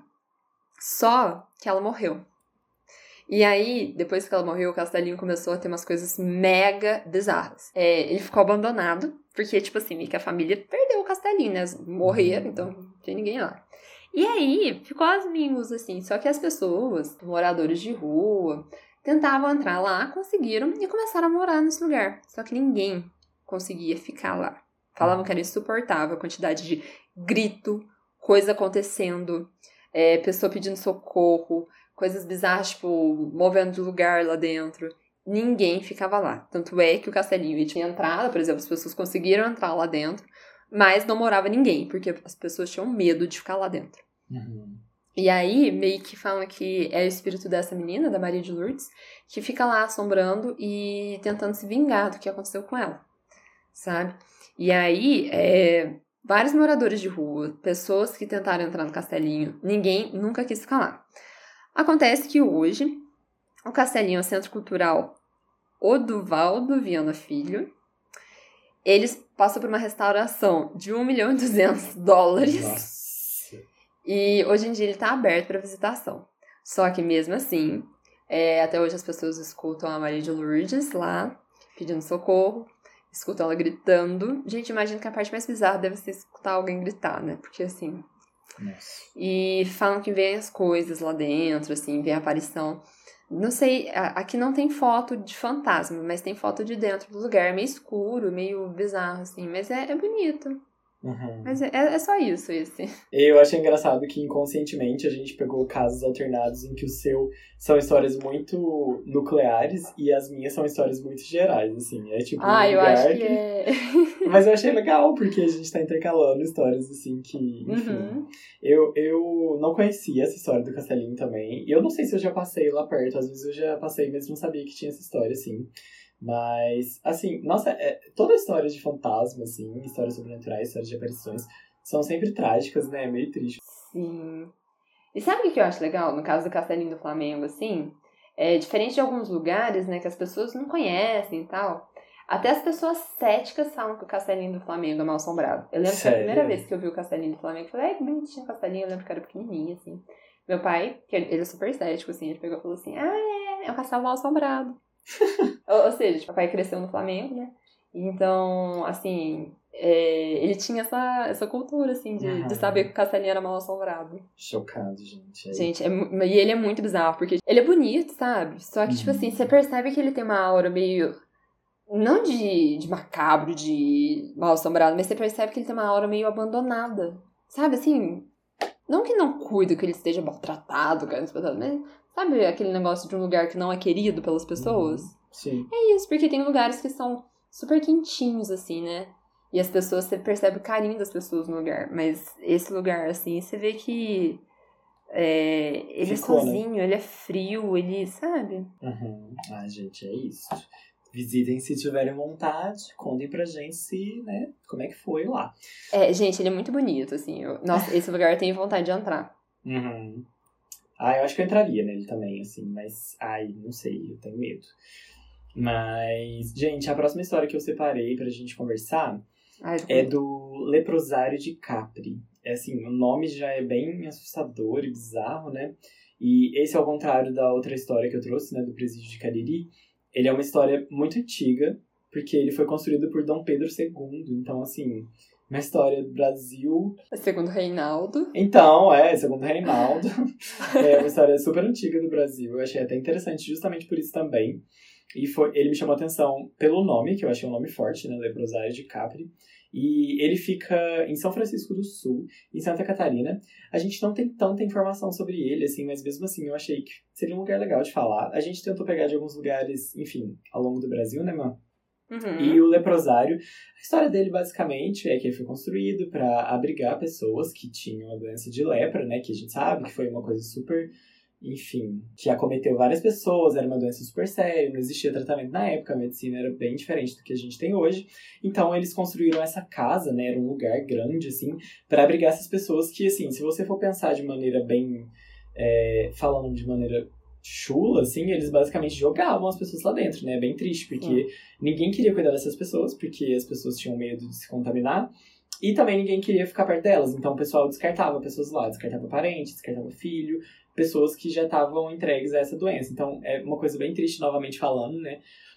Só que ela morreu. E aí, depois que ela morreu, o castelinho começou a ter umas coisas mega bizarras. É, ele ficou abandonado, porque, tipo assim, meio que a família perdeu o castelinho, né? Morreram, então não tem ninguém lá. E aí, ficou as mingos, assim. Só que as pessoas, moradores de rua, tentavam entrar lá, conseguiram e começaram a morar nesse lugar. Só que ninguém conseguia ficar lá. Falavam que era insuportável a quantidade de grito, coisa acontecendo, é, pessoa pedindo socorro, coisas bizarras, tipo, movendo de lugar lá dentro. Ninguém ficava lá. Tanto é que o castelinho ele tinha entrada, por exemplo, as pessoas conseguiram entrar lá dentro, mas não morava ninguém, porque as pessoas tinham medo de ficar lá dentro. Uhum. E aí, meio que falam que é o espírito dessa menina, da Maria de Lourdes, que fica lá assombrando e tentando se vingar do que aconteceu com ela, sabe? E aí, é, vários moradores de rua, pessoas que tentaram entrar no castelinho, ninguém nunca quis ficar lá. Acontece que hoje, o castelinho é o Centro Cultural Oduvaldo Viana Filho. Eles passam por uma restauração de um milhão e duzentos dólares. Nossa. E hoje em dia ele está aberto para visitação. Só que mesmo assim, é, até hoje as pessoas escutam a Maria de Lourdes lá, pedindo socorro, escutam ela gritando. Gente, imagina que a parte mais bizarra deve ser escutar alguém gritar, né? Porque assim... Nossa. E falam que vê as coisas lá dentro, assim, vê a aparição. Não sei, aqui não tem foto de fantasma, mas tem foto de dentro do lugar. É meio escuro, meio bizarro, assim, mas é, é bonito. Uhum. Mas é, é só isso, esse. Eu achei engraçado que inconscientemente a gente pegou casos alternados em que o seu são histórias muito nucleares e as minhas são histórias muito gerais, assim. É tipo Ah, um eu lugar acho que, que... é. Mas eu achei legal, porque a gente tá intercalando histórias, assim, que, enfim... Uhum. Eu, eu não conhecia essa história do Castelinho também. E eu não sei se eu já passei lá perto, às vezes eu já passei, mas não sabia que tinha essa história, assim. Mas, assim, nossa, é, toda a história de fantasma, assim, histórias sobrenaturais, histórias de aparições, são sempre trágicas, né? É meio triste. Sim. E sabe o que eu acho legal, no caso do Castelinho do Flamengo, assim? É diferente de alguns lugares, né, que as pessoas não conhecem e tal. Até as pessoas céticas falam que o Castelinho do Flamengo é mal assombrado. Eu lembro Sério? que a primeira vez que eu vi o Castelinho do Flamengo, eu falei, ai, que bonitinho o Castelinho. Eu lembro que era pequenininho, assim. Meu pai, que ele é super cético, assim, ele pegou e falou assim, ah, é, é um castelo mal assombrado. ou, ou seja, tipo, o pai cresceu no Flamengo, né? Então, assim, é, ele tinha essa, essa cultura, assim, de, Uhum. de saber que o Castelinho era mal assombrado. Chocado, gente. Aí... Gente, é, e ele é muito bizarro, porque ele é bonito, sabe? Só que, tipo Uhum. assim, você percebe que ele tem uma aura meio... Não de, de macabro, de mal assombrado, mas você percebe que ele tem uma aura meio abandonada. Sabe, assim... Não que não cuida, que ele esteja maltratado, cara, mas... Sabe aquele negócio de um lugar que não é querido pelas pessoas? Uhum. Sim. É isso, porque tem lugares que são super quentinhos, assim, né? E as pessoas, você percebe o carinho das pessoas no lugar. Mas esse lugar, assim, você vê que... É, ele Ficou, é sozinho, né? Ele é frio, ele, sabe? Uhum. Ah, gente, é isso. Visitem se tiverem vontade, contem pra gente se, né, como é que foi lá. É, gente, ele é muito bonito, assim. Eu, nossa, esse lugar eu tenho vontade de entrar. Uhum. Ah, eu acho que eu entraria nele também, assim, mas, ai, não sei, eu tenho medo. Mas, gente, a próxima história que eu separei pra gente conversar Ai, é do leprosário de Capri. É assim, o nome já é bem assustador e bizarro, né? E esse, ao contrário da outra história que eu trouxe, né, do presídio de Cariri, ele é uma história muito antiga, porque ele foi construído por Dom Pedro segundo. Então, assim, uma história do Brasil... Segundo Reinaldo. Então, é, segundo Reinaldo. É uma história super antiga do Brasil. Eu achei até interessante justamente por isso também. E foi, ele me chamou a atenção pelo nome, que eu achei um nome forte, né? Leprosário de Capri. E ele fica em São Francisco do Sul, em Santa Catarina. A gente não tem tanta informação sobre ele, assim, mas mesmo assim eu achei que seria um lugar legal de falar. A gente tentou pegar de alguns lugares, enfim, ao longo do Brasil, né, mano? Uhum. E o leprosário, a história dele basicamente é que ele foi construído para abrigar pessoas que tinham a doença de lepra, né? Que a gente sabe que foi uma coisa super... Enfim, que acometeu várias pessoas, era uma doença super séria, não existia tratamento na época, a medicina era bem diferente do que a gente tem hoje. Então, eles construíram essa casa, né, era um lugar grande, assim, para abrigar essas pessoas que, assim, se você for pensar de maneira bem... É, falando de maneira chula, assim, eles basicamente jogavam as pessoas lá dentro, né, bem triste, porque hum. ninguém queria cuidar dessas pessoas, porque as pessoas tinham medo de se contaminar. E também ninguém queria ficar perto delas, então o pessoal descartava pessoas lá, descartava parente, descartava filho, pessoas que já estavam entregues a essa doença. Então é uma coisa bem triste, novamente falando, né?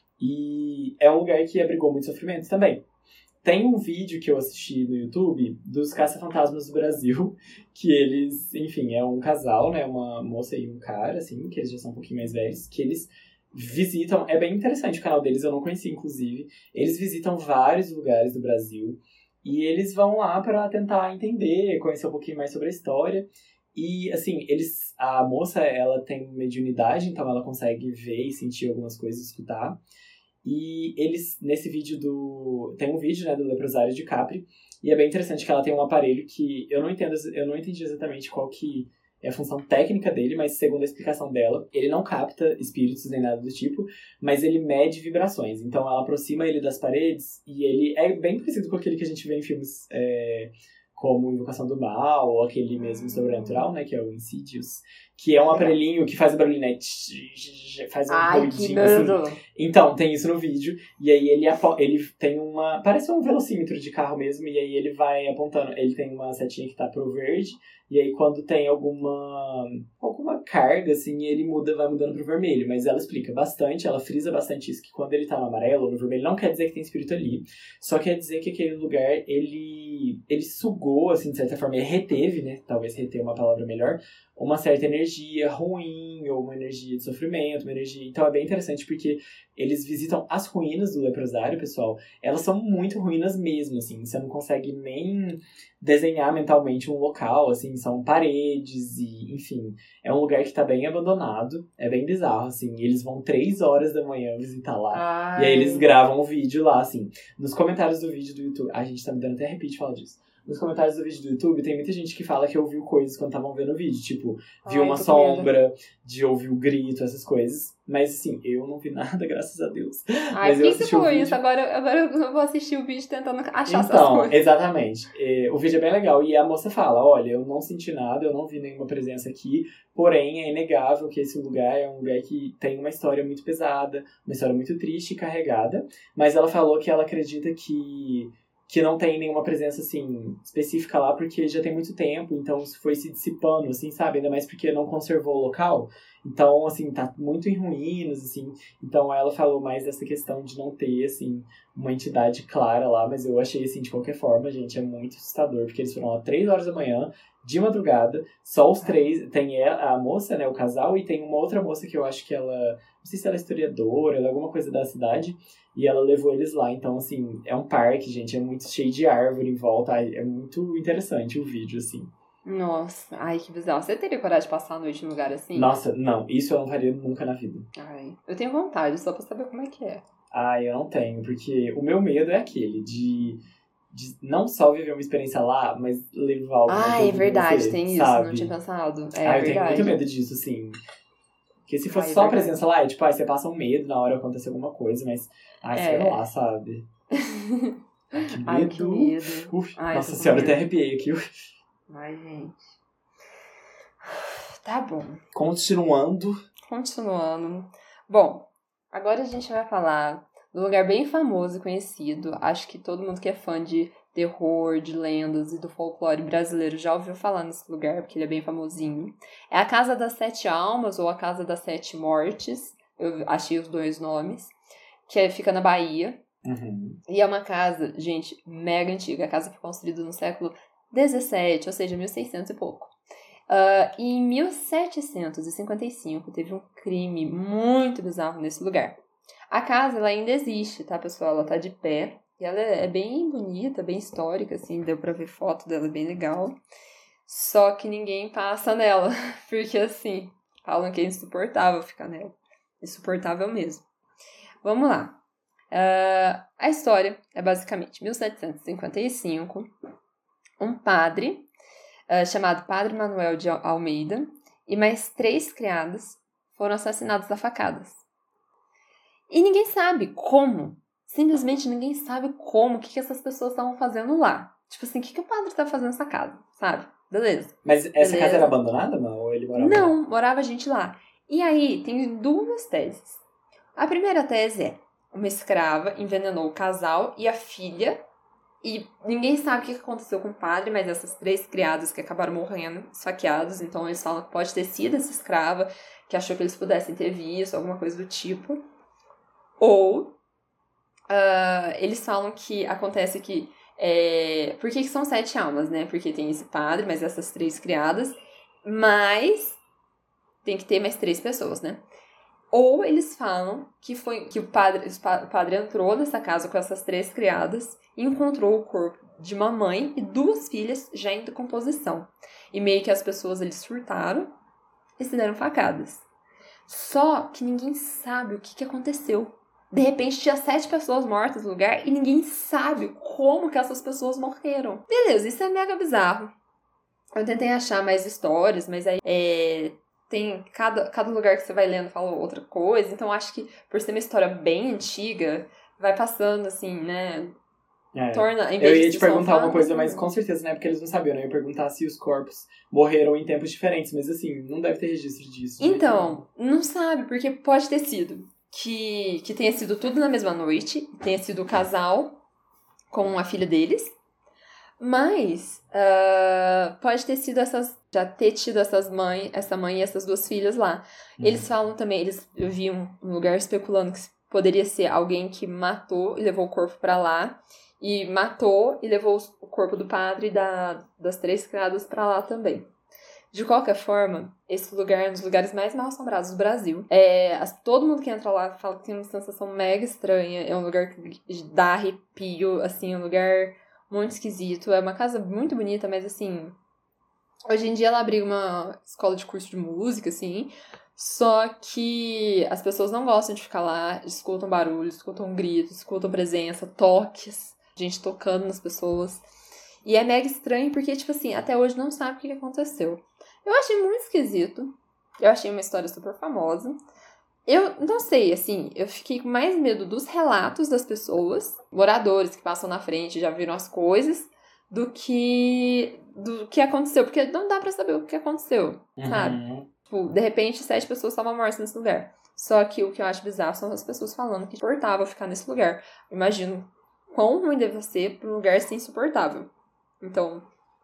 E é um lugar que abrigou muitos sofrimentos também. Tem um vídeo que eu assisti no YouTube dos Caça-Fantasmas do Brasil, que eles, enfim, é um casal, né? Uma moça e um cara, assim, que eles já são um pouquinho mais velhos, que eles visitam, é bem interessante o canal deles, eu não conheci, inclusive. Eles visitam vários lugares do Brasil. E eles vão lá para tentar entender, conhecer um pouquinho mais sobre a história. E, assim, eles, a moça, ela tem mediunidade, então ela consegue ver e sentir algumas coisas, escutar. E eles, nesse vídeo do... Tem um vídeo, né, do leprosário de Capri. E é bem interessante que ela tem um aparelho que eu não entendo, eu não entendi exatamente qual que é a função técnica dele, mas segundo a explicação dela, ele não capta espíritos nem nada do tipo, mas ele mede vibrações. Então ela aproxima ele das paredes e ele é bem parecido com aquele que a gente vê em filmes é, como Invocação do Mal, ou aquele mesmo sobrenatural, né, que é o Insidious, que é um aparelhinho que faz o barulho, né, faz um Ai, ruidinho, que medo. assim. Então, tem isso no vídeo, e aí ele, apo- ele tem uma, parece um velocímetro de carro mesmo, e aí ele vai apontando, ele tem uma setinha que tá pro verde, e aí quando tem alguma, alguma carga, assim, ele muda, vai mudando pro vermelho, mas ela explica bastante, ela frisa bastante isso, que quando ele tá no amarelo ou no vermelho, não quer dizer que tem espírito ali, só quer dizer que aquele lugar, ele, ele sugou, assim, de certa forma, ele reteve, né, talvez reter uma palavra melhor, uma certa energia ruim, ou uma energia de sofrimento, uma energia... Então é bem interessante, porque eles visitam as ruínas do leprosário, pessoal. Elas são muito ruínas mesmo, assim. Você não consegue nem desenhar mentalmente um local, assim. São paredes e, enfim... É um lugar que tá bem abandonado. É bem bizarro, assim. E eles vão três horas da manhã visitar lá. Ai. E aí eles gravam um vídeo lá, assim. Nos comentários do vídeo do YouTube... A gente tá me dando até arrepio de falar disso. Nos comentários do vídeo do YouTube, tem muita gente que fala que ouviu coisas quando estavam vendo o vídeo. Tipo, viu Ai, uma tô com medo. sombra, de ouvir o grito, essas coisas. Mas, assim, eu não vi nada, graças a Deus. Ai, Mas por eu que você assisti o falou vídeo... isso? Agora, agora eu vou assistir o vídeo tentando achar essas Então, coisas. exatamente. É, o vídeo é bem legal. E a moça fala, olha, eu não senti nada, eu não vi nenhuma presença aqui. Porém, é inegável que esse lugar é um lugar que tem uma história muito pesada. Uma história muito triste e carregada. Mas ela falou que ela acredita que... que não tem nenhuma presença, assim, específica lá, porque já tem muito tempo, então isso foi se dissipando, assim, sabe? Ainda mais porque não conservou o local. Então, assim, tá muito em ruínas, assim. Então, ela falou mais dessa questão de não ter, assim, uma entidade clara lá, mas eu achei, assim, de qualquer forma, gente, é muito assustador, porque eles foram lá três horas da manhã, de madrugada, só os três, tem a moça, né, o casal, e tem uma outra moça que eu acho que ela, não sei se ela é historiadora, ela é alguma coisa da cidade, e ela levou eles lá. Então, assim, é um parque, gente, é muito cheio de árvore em volta, é muito interessante o vídeo, assim. Nossa, ai, que bizarro. Você teria coragem de passar a noite em um lugar assim? Nossa, não, isso eu não faria nunca na vida. Ai, eu tenho vontade, só pra saber como é que é. Ai, eu não tenho, porque o meu medo é aquele de, de não só viver uma experiência lá, mas levar alguma Ah, coisa é verdade, você, tem isso, sabe? não tinha pensado. É Ai, eu verdade. tenho muito medo disso, assim. Porque se fosse Ai, é só a verdade. presença lá, é tipo, ai, você passa um medo na hora que acontece alguma coisa, mas, ai, sei É. lá, sabe? Ai, que medo. Ai, que medo. Uf, Ai, eu nossa tô com senhora, medo. até arrepiei aqui. Ai, gente. Tá bom. Continuando. Continuando. Bom, agora a gente vai falar de um lugar bem famoso e conhecido. Acho que todo mundo que é fã de terror, de lendas e do folclore brasileiro já ouviu falar nesse lugar, porque ele é bem famosinho. É a Casa das Sete Almas ou a Casa das Sete Mortes. Eu achei os dois nomes. Que é- fica na Bahia. Uhum. E é uma casa, gente, mega antiga. A casa foi construída no século dezessete, ou seja, mil e seiscentos e pouco. Uh, e em mil setecentos e cinquenta e cinco teve um crime muito bizarro nesse lugar. A casa ela ainda existe, tá, pessoal? Ela tá de pé. E ela é bem bonita, bem histórica, assim. Deu pra ver foto dela, é bem legal. Só que ninguém passa nela. Porque, assim, falam que é insuportável ficar nela. Insuportável mesmo. Vamos lá. Uh, a história é basicamente mil setecentos e cinquenta e cinco. Um padre uh, chamado Padre Manuel de Almeida e mais três criadas foram assassinados a facadas. E ninguém sabe como. Simplesmente ninguém sabe como. O que, que essas pessoas estavam fazendo lá. Tipo assim, o que, que o padre estava fazendo nessa casa, sabe? Beleza. Mas essa Beleza. casa era abandonada, não? Ou ele morava lá? Não, morava gente lá. E aí, tem duas teses. A primeira tese é: uma escrava envenenou o casal e a filha. E ninguém sabe o que aconteceu com o padre, mas essas três criadas que acabaram morrendo, esfaqueadas. Então eles falam que pode ter sido essa escrava, que achou que eles pudessem ter visto, alguma coisa do tipo. Ou uh, eles falam que acontece que... É, por que que são sete almas, né? Porque tem esse padre, mas essas três criadas. Mas tem que ter mais três pessoas, né? Ou eles falam que, foi, que o, padre, o padre entrou nessa casa com essas três criadas e encontrou o corpo de uma mãe e duas filhas já em decomposição. E meio que as pessoas eles surtaram e se deram facadas. Só que ninguém sabe o que, que aconteceu. De repente tinha sete pessoas mortas no lugar e ninguém sabe como que essas pessoas morreram. Beleza, isso é mega bizarro. Eu tentei achar mais histórias, mas aí é, tem cada, cada lugar que você vai lendo fala outra coisa. Então acho que por ser uma história bem antiga, vai passando assim, né? É. Torna, em vez Eu de ia ser te só perguntar uma fala, coisa, mas com certeza, né? Porque eles não sabiam, né? Eu ia perguntar se os corpos morreram em tempos diferentes, mas assim, não deve ter registro disso. de jeito Então, não sabe, porque pode ter sido que, que tenha sido tudo na mesma noite, tenha sido o casal com a filha deles, mas ah, pode ter sido essas, já ter tido essas mães, essa mãe e essas duas filhas lá. nenhum. Eles falam também, eles, eu vi um, um lugar especulando que poderia ser alguém que matou e levou o corpo pra lá, e matou e levou os- o corpo do padre e da, das três criadas pra lá também. De qualquer forma, esse lugar é um dos lugares mais mal assombrados do Brasil. É, as- todo mundo que entra lá fala que tem uma sensação mega estranha. É um lugar que dá arrepio, assim, é um lugar muito esquisito. É uma casa muito bonita, mas assim... Hoje em dia ela abriga uma escola de curso de música, assim. Só que as pessoas não gostam de ficar lá, escutam barulhos, escutam gritos, escutam presença, toques, gente tocando nas pessoas. E é mega estranho porque, tipo assim, até hoje não sabe o que aconteceu. Eu achei muito esquisito. Eu achei uma história super famosa. Eu não sei, assim, eu fiquei com mais medo dos relatos das pessoas, moradores que passam na frente, já viram as coisas, do que do que aconteceu. Porque não dá pra saber o que aconteceu, sabe? Uhum. Tipo, de repente, sete pessoas estavam mortas nesse lugar. Só que o que eu acho bizarro são as pessoas falando que importava ficar nesse lugar. Imagino quão ruim deve ser pra um lugar ser insuportável. Então,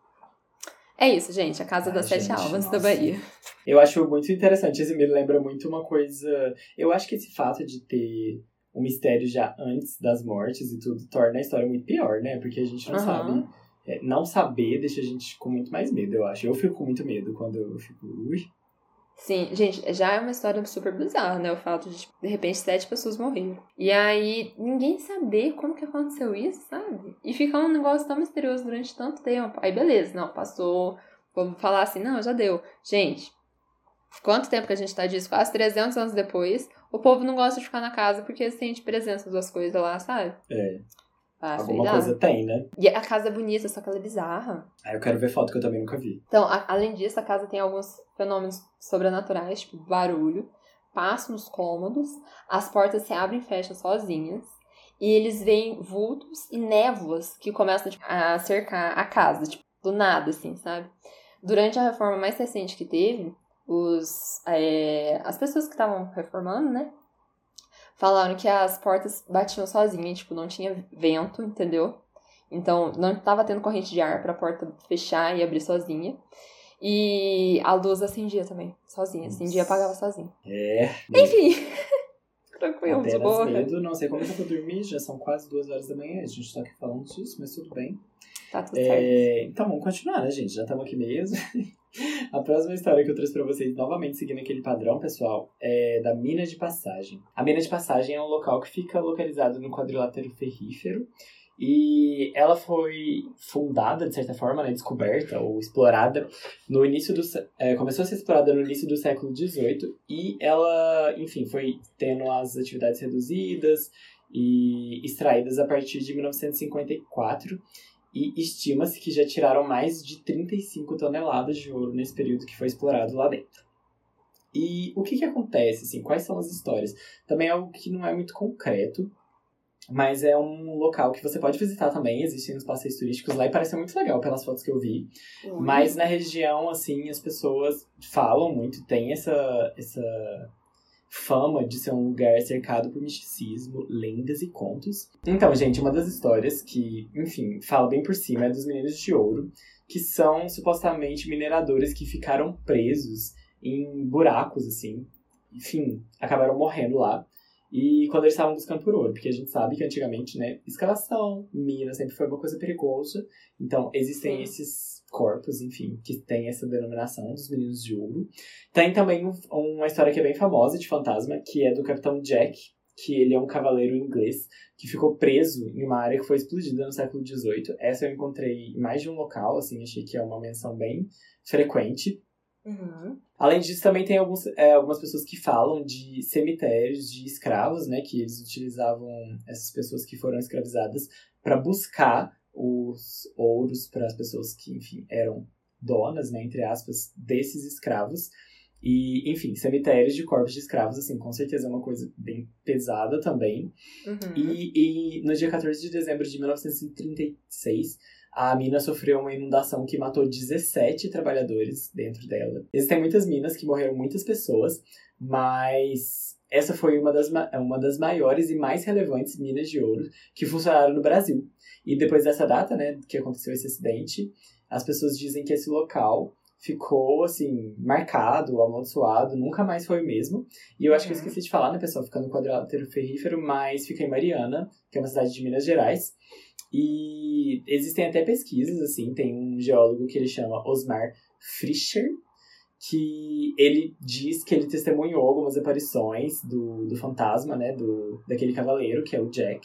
é isso, gente. A Casa Ai, das Sete gente, Almas da nossa. Bahia. Eu acho muito interessante. Esse me lembra muito uma coisa. Eu acho que esse fato de ter o mistério já antes das mortes e tudo torna a história muito pior, né? Porque a gente não Aham. sabe. é, não saber deixa a gente com muito mais medo, eu acho. Eu fico com muito medo quando eu fico. Ui. Sim, gente, já é uma história super bizarra, né? O fato de, tipo, de repente, sete pessoas morreram. E aí, ninguém saber como que aconteceu isso, sabe? E ficar um negócio tão misterioso durante tanto tempo. Aí, beleza, não, passou. Vamos falar assim, não, já deu. Gente, quanto tempo que a gente tá disso? Quase trezentos anos depois. O povo não gosta de ficar na casa porque sente presença das coisas lá, sabe? É, Ah, sei alguma lá. coisa tem, né? E a casa é bonita, só que ela é bizarra. Aí eu quero ver foto que eu também nunca vi. Então, a- além disso, a casa tem alguns fenômenos sobrenaturais, tipo barulho, passo nos cômodos, as portas se abrem e fecham sozinhas, e eles veem vultos e névoas que começam tipo, a cercar a casa, tipo, do nada, assim, sabe? Durante a reforma mais recente que teve, os, é, as pessoas que estavam reformando, né, falaram que as portas batiam sozinhas, tipo, não tinha vento, entendeu? Então, não estava tendo corrente de ar para a porta fechar e abrir sozinha. E a luz acendia também, sozinha. Acendia e apagava sozinha. É, Enfim, tranquilo, de apenas boa. medo. Não sei como é que eu vou dormir, já são quase duas horas da manhã. A gente tá aqui falando disso, mas tudo bem. Tá tudo certo. É, então vamos continuar, né, gente? Já estamos aqui mesmo. A próxima história que eu trouxe pra vocês, novamente seguindo aquele padrão, pessoal, é da Mina de Passagem. A Mina de Passagem é um local que fica localizado no quadrilátero ferrífero. E ela foi fundada, de certa forma, né, descoberta ou explorada no início do... sé- É, começou a ser explorada no início do século dezoito. E ela, enfim, foi tendo as atividades reduzidas e extraídas a partir de mil novecentos e cinquenta e quatro. E estima-se que já tiraram mais de trinta e cinco toneladas de ouro nesse período que foi explorado lá dentro. E o que que acontece, assim, quais são as histórias? Também é algo que não é muito concreto, mas é um local que você pode visitar também, existem os passeios turísticos lá e parece muito legal pelas fotos que eu vi. Ui. Mas na região, assim, as pessoas falam muito, tem essa, essa fama de ser um lugar cercado por misticismo, lendas e contos. Então, gente, uma das histórias que, enfim, fala bem por cima é dos Meninos de Ouro, que são supostamente mineradores que ficaram presos em buracos, assim. Enfim, acabaram morrendo lá. E quando eles estavam buscando por ouro, porque a gente sabe que antigamente, né, escavação, mina sempre foi uma coisa perigosa. Então, existem Sim. esses corpos, enfim, que tem essa denominação dos Meninos de Ouro. Tem também um- uma história que é bem famosa de fantasma, que é do Capitão Jack, que ele é um cavaleiro inglês que ficou preso em uma área que foi explodida no século dezoito. Essa eu encontrei em mais de um local, assim, achei que é uma menção bem frequente. Uhum. Além disso, também tem alguns, é, algumas pessoas que falam de cemitérios de escravos, né? Que eles utilizavam essas pessoas que foram escravizadas para buscar os ouros para as pessoas que, enfim, eram donas, né, entre aspas, desses escravos. E, enfim, cemitérios de corpos de escravos, assim, com certeza é uma coisa bem pesada também. Uhum. E, e no dia quatorze de dezembro de mil novecentos e trinta e seis, a mina sofreu uma inundação que matou dezessete trabalhadores dentro dela. Existem muitas minas que morreram muitas pessoas, mas essa foi uma das, uma das maiores e mais relevantes minas de ouro que funcionaram no Brasil. E depois dessa data, né, que aconteceu esse acidente, as pessoas dizem que esse local ficou, assim, marcado, amaldiçoado, nunca mais foi o mesmo. E eu acho que eu esqueci de falar, né, pessoal, fica no quadrilátero ferrífero, mas fica em Mariana, que é uma cidade de Minas Gerais. E existem até pesquisas, assim, tem um geólogo que ele chama Osmar Fischer, que ele diz que ele testemunhou algumas aparições do, do fantasma, né, do, daquele cavaleiro, que é o Jack.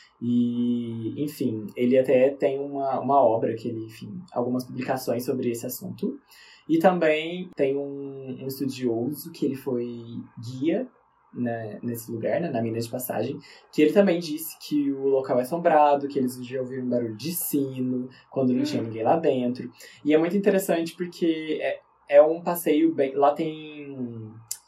E, enfim, ele até tem uma, uma obra que ele, enfim, algumas publicações sobre esse assunto. E também tem um, um estudioso que ele foi guia na, nesse lugar, né, na mina de passagem, que ele também disse que o local é assombrado, que eles já ouviram barulho de sino quando não tinha ninguém lá dentro. E é muito interessante porque é, é um passeio bem... Lá tem...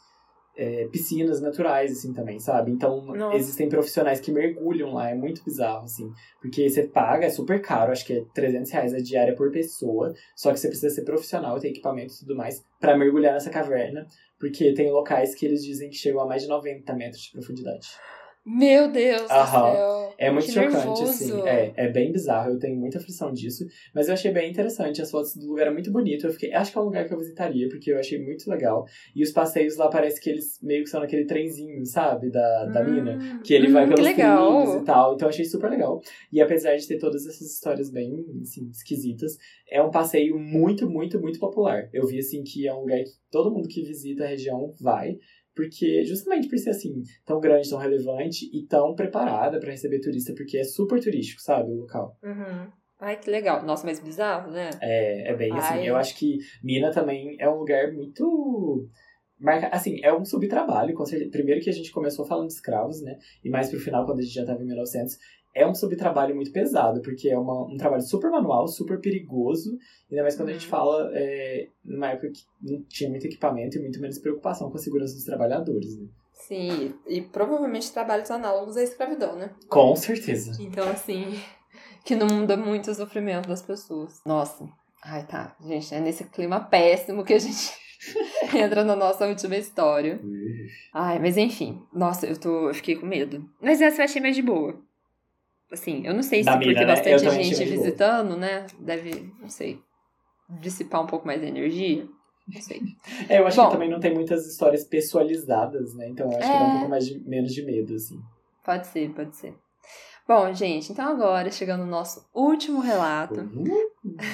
É, piscinas naturais, assim, também, sabe? Então, Nossa. Existem profissionais que mergulham lá, é muito bizarro, assim. Porque você paga, é super caro, acho que é trezentos reais a diária por pessoa, só que você precisa ser profissional, ter equipamento e tudo mais, pra mergulhar nessa caverna, porque tem locais que eles dizem que chegam a mais de noventa metros de profundidade. Meu Deus Aham. do céu. É muito que chocante, nervoso. assim. É, é bem bizarro, eu tenho muita aflição disso. Mas eu achei bem interessante, as fotos do lugar é muito bonito. Eu fiquei, acho que é um lugar que eu visitaria, porque eu achei muito legal. E os passeios lá parece que eles meio que são naquele trenzinho, sabe? Da, da Hum, mina. Que ele vai hum, pelos que legal. trilhos e tal. Então eu achei super legal. E apesar de ter todas essas histórias bem, assim, esquisitas, é um passeio muito, muito, muito popular. Eu vi, assim, que é um lugar que todo mundo que visita a região vai. Porque, justamente por ser, assim, tão grande, tão relevante e tão preparada pra receber turista, porque é super turístico, sabe, o local. Uhum. Ai, que legal. Nossa, mas bizarro, né? É, é bem assim. Ai. Eu acho que Mina também é um lugar muito... Marca... Assim, é um subtrabalho, com certeza. Primeiro que a gente começou falando de escravos, né? E mais pro final, quando a gente já tava em mil e novecentos... É um subtrabalho muito pesado, porque é uma, um trabalho super manual, super perigoso. Ainda mais quando a gente fala é, numa época que não tinha muito equipamento e muito menos preocupação com a segurança dos trabalhadores, né? Sim, e provavelmente trabalhos análogos à escravidão, né? Com certeza. Então, assim, que não muda muito o sofrimento das pessoas. Nossa. Ai, tá. Gente, é nesse clima péssimo que a gente entra na nossa última história. Ai, mas enfim. Nossa, eu, tô, eu fiquei com medo. Mas essa eu achei mais de boa. Assim, eu não sei se Da por mina, ter né? Eu bastante também achei gente mais de boa. visitando, né? Deve, não sei, dissipar um pouco mais de energia. Não sei. É, eu acho Bom, que também não tem muitas histórias pessoalizadas, né? Então eu acho É. que dá um pouco mais de, menos de medo, assim. Pode ser, pode ser. Bom, gente, então agora, chegando no nosso último relato, Uhum.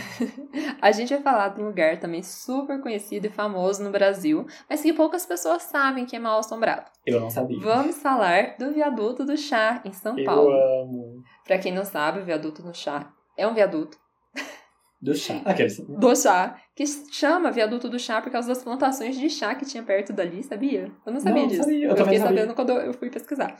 a gente vai falar de um lugar também super conhecido e famoso no Brasil, mas que poucas pessoas sabem que é mal assombrado. Eu não sabia. Vamos falar do Viaduto do Chá, em São Eu Paulo. amo. Pra quem não sabe, o Viaduto do Chá é um viaduto Do chá. Aqueles... do chá, que chama Viaduto do Chá por causa das plantações de chá que tinha perto dali, sabia? Eu não sabia Não, disso. sabia. Eu Eu também fiquei sabia. sabendo quando eu fui pesquisar.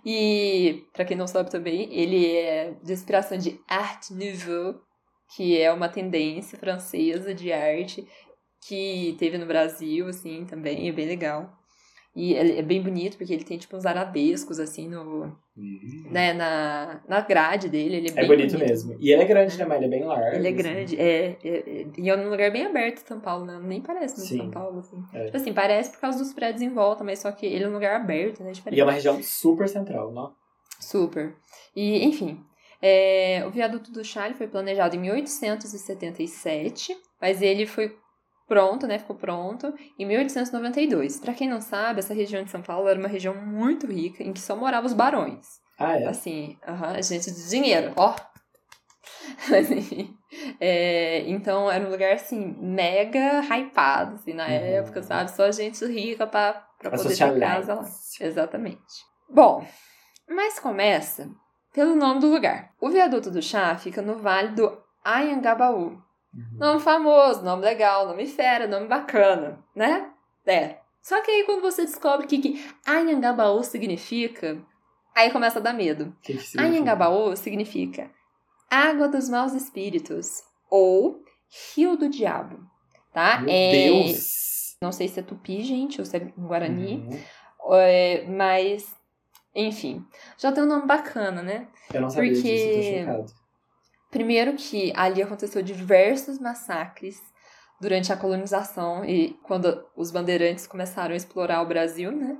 E, pra quem não sabe também, ele é de inspiração de Art Nouveau, que é uma tendência francesa de arte que teve no Brasil, assim, também, é bem legal. E é bem bonito, porque ele tem, tipo, uns arabescos, assim, no... Uhum. né, na, na grade dele, ele é É bem bonito, bonito mesmo. E ele é grande, né? Mas ele é bem largo. Ele é assim. grande, é, é, é. E é um lugar bem aberto em São Paulo, né? Nem parece muito Sim. São Paulo, assim. É. Tipo assim, parece por causa dos prédios em volta, mas só que ele é um lugar aberto, né? Diferente. E é uma região super central, não? Super. E, enfim, é, o Viaduto do Chá ele foi planejado em mil oitocentos e setenta e sete, mas ele foi pronto, né? Ficou pronto em mil oitocentos e noventa e dois. Pra quem não sabe, essa região de São Paulo era uma região muito rica, em que só moravam os barões. Ah, é? Assim, aham, gente de dinheiro, ó. Mas, enfim, é, então era um lugar, assim, mega hypado, assim, na Uhum. época, sabe? Só gente rica pra, pra A poder ter casa lá. socialite. Exatamente. Bom, mas começa pelo nome do lugar. O Viaduto do Chá fica no Vale do Anhangabaú. Uhum. Nome famoso, nome legal, nome fera, nome bacana, né? É. Só que aí quando você descobre o que, que Anhangabaú significa, aí começa a dar medo. Que que significa? Anhangabaú significa água dos maus espíritos ou Rio do Diabo, tá? Meu é... Deus! Não sei se é tupi, gente, ou se é Guarani, Uhum. é, mas, enfim, já tem um nome bacana, né? Eu não sabia Porque... disso, tô chocado. Primeiro que ali aconteceu diversos massacres durante a colonização e quando os bandeirantes começaram a explorar o Brasil, né?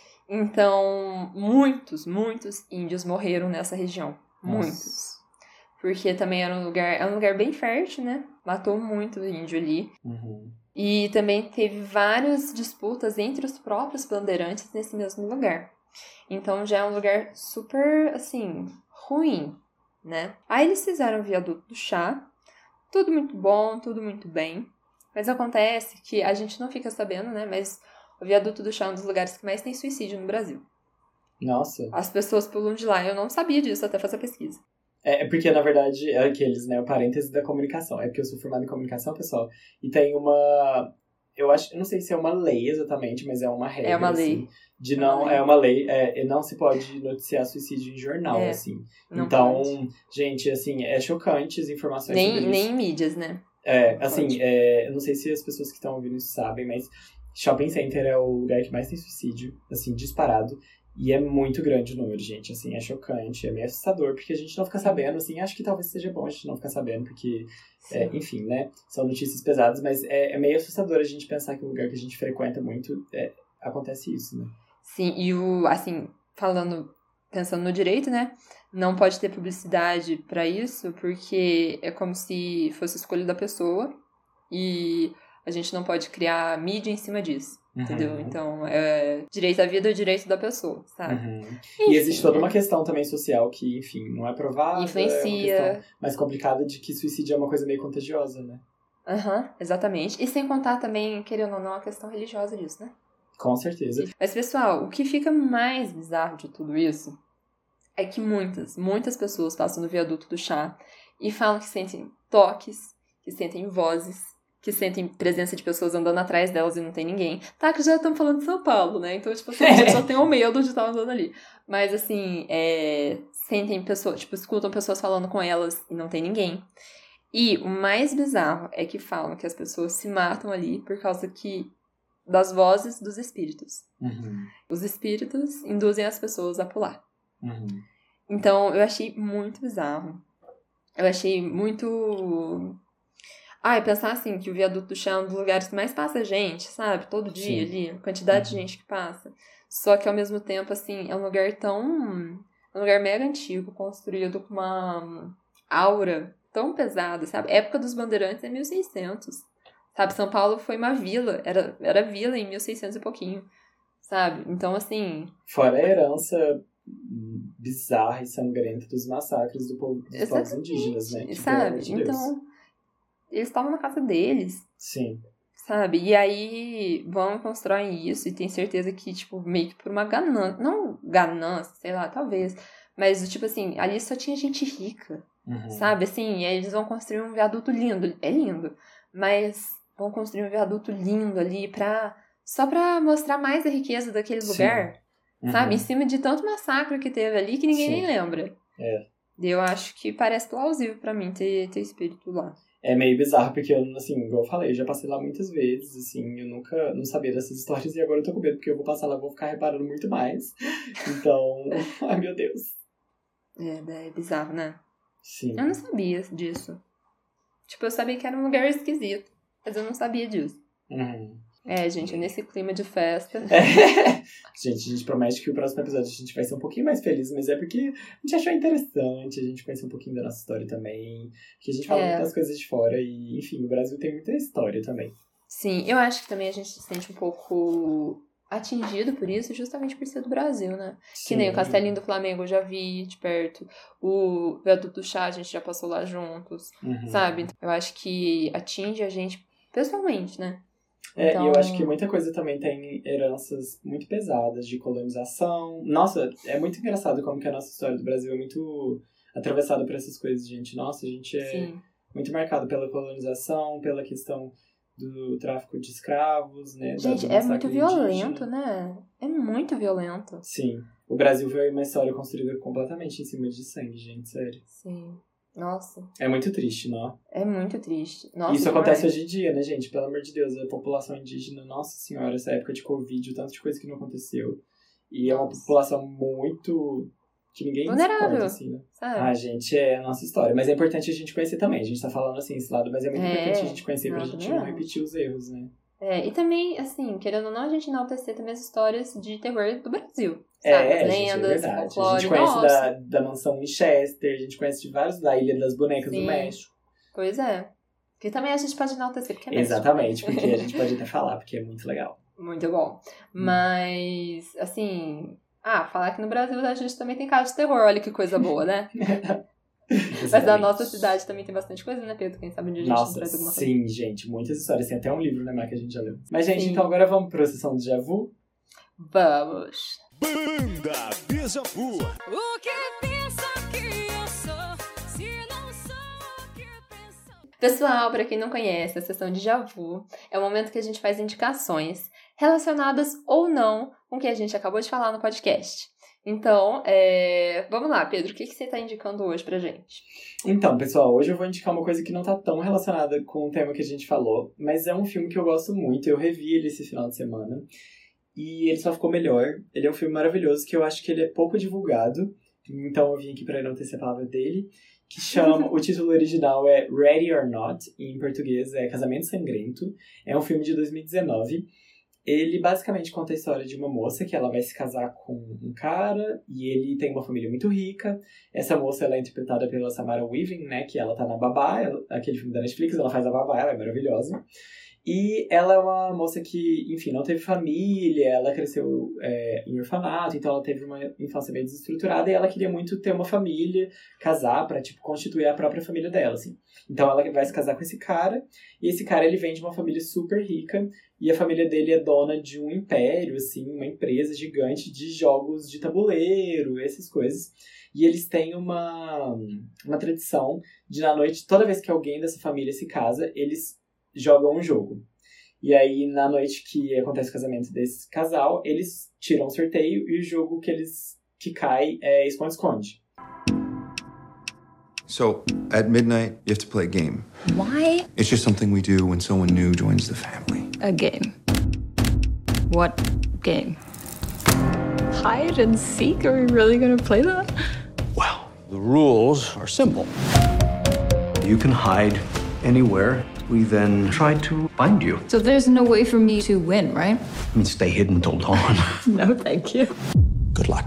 Então, muitos, muitos índios morreram nessa região. Nossa. Muitos. Porque também era um lugar, é um lugar bem fértil, né? Matou muito índio ali. Uhum. E também teve várias disputas entre os próprios bandeirantes nesse mesmo lugar. Então já é um lugar super, assim, ruim, né? Aí eles fizeram o viaduto do chá, tudo muito bom, tudo muito bem. Mas acontece que a gente não fica sabendo, né? Mas o viaduto do chá é um dos lugares que mais tem suicídio no Brasil. Nossa. As pessoas pulam de lá. Eu não sabia disso até fazer a pesquisa. É porque, na verdade, é aqueles, né? O parêntese da comunicação. É porque eu sou formado em comunicação, pessoal. E tem uma... Eu acho, eu não sei se é uma lei exatamente, mas é uma regra, É uma lei. assim, de não, é uma lei, é, não se pode noticiar suicídio em jornal, É, assim. não Então, pode. gente, assim, é chocante as informações Nem, sobre nem isso. em mídias, né? É, Não assim, pode. é, eu não sei se as pessoas que estão ouvindo isso sabem, mas shopping center é o lugar que mais tem suicídio, assim, disparado. E é muito grande o número, gente, assim, é chocante, é meio assustador, porque a gente não fica sabendo, assim, acho que talvez seja bom a gente não ficar sabendo, porque, é, enfim, né, são notícias pesadas, mas é, é meio assustador a gente pensar que o lugar que a gente frequenta muito, é, acontece isso, né? Sim, e o, assim, falando, pensando no direito, né, não pode ter publicidade pra isso, porque é como se fosse escolha da pessoa, e a gente não pode criar mídia em cima disso. Entendeu? Uhum. Então, é direito à vida é o direito da pessoa, sabe? Uhum. Enfim, E existe toda né? uma questão também social que, enfim, não é provada, Influencia. é uma questão mais complicada de que suicídio é uma coisa meio contagiosa, né? Aham, uhum, exatamente. E sem contar também, querendo ou não, a questão religiosa disso, né? Com certeza. Mas, pessoal, o que fica mais bizarro de tudo isso é que muitas, muitas pessoas passam no viaduto do chá e falam que sentem toques, que sentem vozes, que sentem presença de pessoas andando atrás delas e não tem ninguém. Tá, que já estamos falando de São Paulo, né? Então, tipo assim, a gente só tem o medo de estar andando ali. Mas, assim, é... sentem pessoas, tipo, escutam pessoas falando com elas e não tem ninguém. E o mais bizarro é que falam que as pessoas se matam ali por causa que das vozes dos espíritos. Uhum. Os espíritos induzem as pessoas a pular. Uhum. Então, eu achei muito bizarro. Eu achei muito... Ah, e pensar assim, que o viaduto do chá é um dos lugares que mais passa gente, sabe? Todo dia Sim. ali, a quantidade Uhum. de gente que passa. Só que ao mesmo tempo, assim, é um lugar tão... É um lugar mega antigo, construído com uma aura tão pesada, sabe? Época dos bandeirantes é mil e seiscentos, sabe? São Paulo foi uma vila, era, era vila em mil e seiscentos e pouquinho, sabe? Então, assim... Fora a herança bizarra e sangrenta dos massacres do povo, dos povos indígenas, né? Que, sabe? de Deus. Então, eles estavam na casa deles. Sim. Sabe? E aí vão e constroem isso e tem certeza que, tipo, meio que por uma ganância. Não ganância, sei lá, talvez. Mas, tipo assim, ali só tinha gente rica. Uhum. Sabe? Assim, e aí eles vão construir um viaduto lindo. É lindo. Mas vão construir um viaduto lindo ali pra... Só pra mostrar mais a riqueza daquele Sim. lugar. Uhum. Sabe? Em cima de tanto massacre que teve ali que ninguém Sim. nem lembra. É. Eu acho que parece plausível pra mim ter, ter espírito lá. É meio bizarro, porque eu, assim, igual eu falei, eu já passei lá muitas vezes, assim, eu nunca não sabia dessas histórias e agora eu tô com medo, porque eu vou passar lá e vou ficar reparando muito mais. Então, ai meu Deus. É, é bizarro, né? Sim. Eu não sabia disso. Tipo, eu sabia que era um lugar esquisito, mas eu não sabia disso. Uhum. É, gente, nesse clima de festa... É. Gente, a gente promete que o próximo episódio a gente vai ser um pouquinho mais feliz, mas é porque a gente achou interessante, a gente conhece um pouquinho da nossa história também, que a gente fala É. muitas coisas de fora e, enfim, o Brasil tem muita história também. Sim, eu acho que também a gente se sente um pouco atingido por isso, justamente por ser do Brasil, né? Sim. Que nem o Castelinho do Flamengo eu já vi de perto, o Viaduto do Chá a gente já passou lá juntos, Uhum. sabe? Eu acho que atinge a gente pessoalmente, né? É, Então... e eu acho que muita coisa também tem heranças muito pesadas de colonização. Nossa, é muito engraçado como que a nossa história do Brasil é muito atravessada por essas coisas, gente. Nossa, a gente é Sim. muito marcado pela colonização, pela questão do tráfico de escravos, né? Gente, da, é muito violento, né? É muito violento. Sim. O Brasil foi uma história construída completamente em cima de sangue, gente, sério. Sim. Nossa. É muito triste, não? É muito triste. Nossa, Isso demais. acontece hoje em dia, né, gente? Pelo amor de Deus, a população indígena, nossa senhora, essa época de Covid, o tanto de coisa que não aconteceu. E é uma Nossa. população muito... que ninguém Vulnerável. suporta, assim, né? Sabe? Ah, gente, é a nossa história. Mas é importante a gente conhecer também. A gente tá falando, assim, esse lado, mas é muito É. importante a gente conhecer pra Não, gente também não acho. repetir os erros, né? É, e também, assim, querendo ou não, a gente enaltecer também as histórias de terror do Brasil. É, Sabe? As gente, é lendas, verdade. A folclore. gente conhece Nossa. da, da mansão Winchester, a gente conhece de vários, da Ilha das Bonecas Sim. do México. Pois é. Que também a gente pode enaltecer, porque é México. Exatamente, porque a gente pode até falar, porque é muito legal. Muito bom. Mas, assim... Ah, falar que no Brasil a gente também tem casa de terror. Olha que coisa boa, né? Mas na nossa cidade também tem bastante coisa, né, Pedro? Quem sabe onde a gente Nossa, traz alguma coisa. sim, gente, muitas histórias. Tem até um livro, né, Mar, que a gente já leu. Mas, gente, Sim. então agora vamos para a sessão do déjà vu? Vamos. Banda Déjà Vu. O que pensa que eu sou, se não sou o que pensa? Pessoal, pra quem não conhece, a sessão de déjà vu é o momento que a gente faz indicações relacionadas ou não com o que a gente acabou de falar no podcast. Então, é... vamos lá, Pedro, o que, que você tá indicando hoje pra gente? Então, pessoal, hoje eu vou indicar uma coisa que não tá tão relacionada com o tema que a gente falou, mas é um filme que eu gosto muito, eu revi ele esse final de semana, e ele só ficou melhor. Ele é um filme maravilhoso, que eu acho que ele é pouco divulgado, então eu vim aqui pra enaltecer a palavra dele, que chama, o título original é Ready or Not, e em português é Casamento Sangrento. É um filme de dois mil e dezenove. Ele basicamente conta a história de uma moça que ela vai se casar com um cara e ele tem uma família muito rica. Essa moça, ela é interpretada pela Samara Weaving, né, que ela tá na Babá, ela, aquele filme da Netflix, ela faz a Babá, ela é maravilhosa. E ela é uma moça que, enfim, não teve família, ela cresceu é, em orfanato, então ela teve uma infância meio desestruturada e ela queria muito ter uma família, casar pra, tipo, constituir a própria família dela, assim. Então ela vai se casar com esse cara, e esse cara, ele vem de uma família super rica, e a família dele é dona de um império, assim, uma empresa gigante de jogos de tabuleiro, essas coisas. E eles têm uma, uma tradição de, na noite, toda vez que alguém dessa família se casa, eles jogam um jogo. E aí, na noite que acontece o casamento desse casal, eles tiram um sorteio e o jogo que eles que cai é esconde-esconde. So, at midnight, you have to play a game. Why It's just something we do when someone new joins the family. a game? What game? Hide and seek? Are we really gonna play that? Well, the rules are simple. You can hide anywhere. We then try to find you. So there's no way for me to win, right? I mean, stay hidden till dawn. No, thank you. Good luck.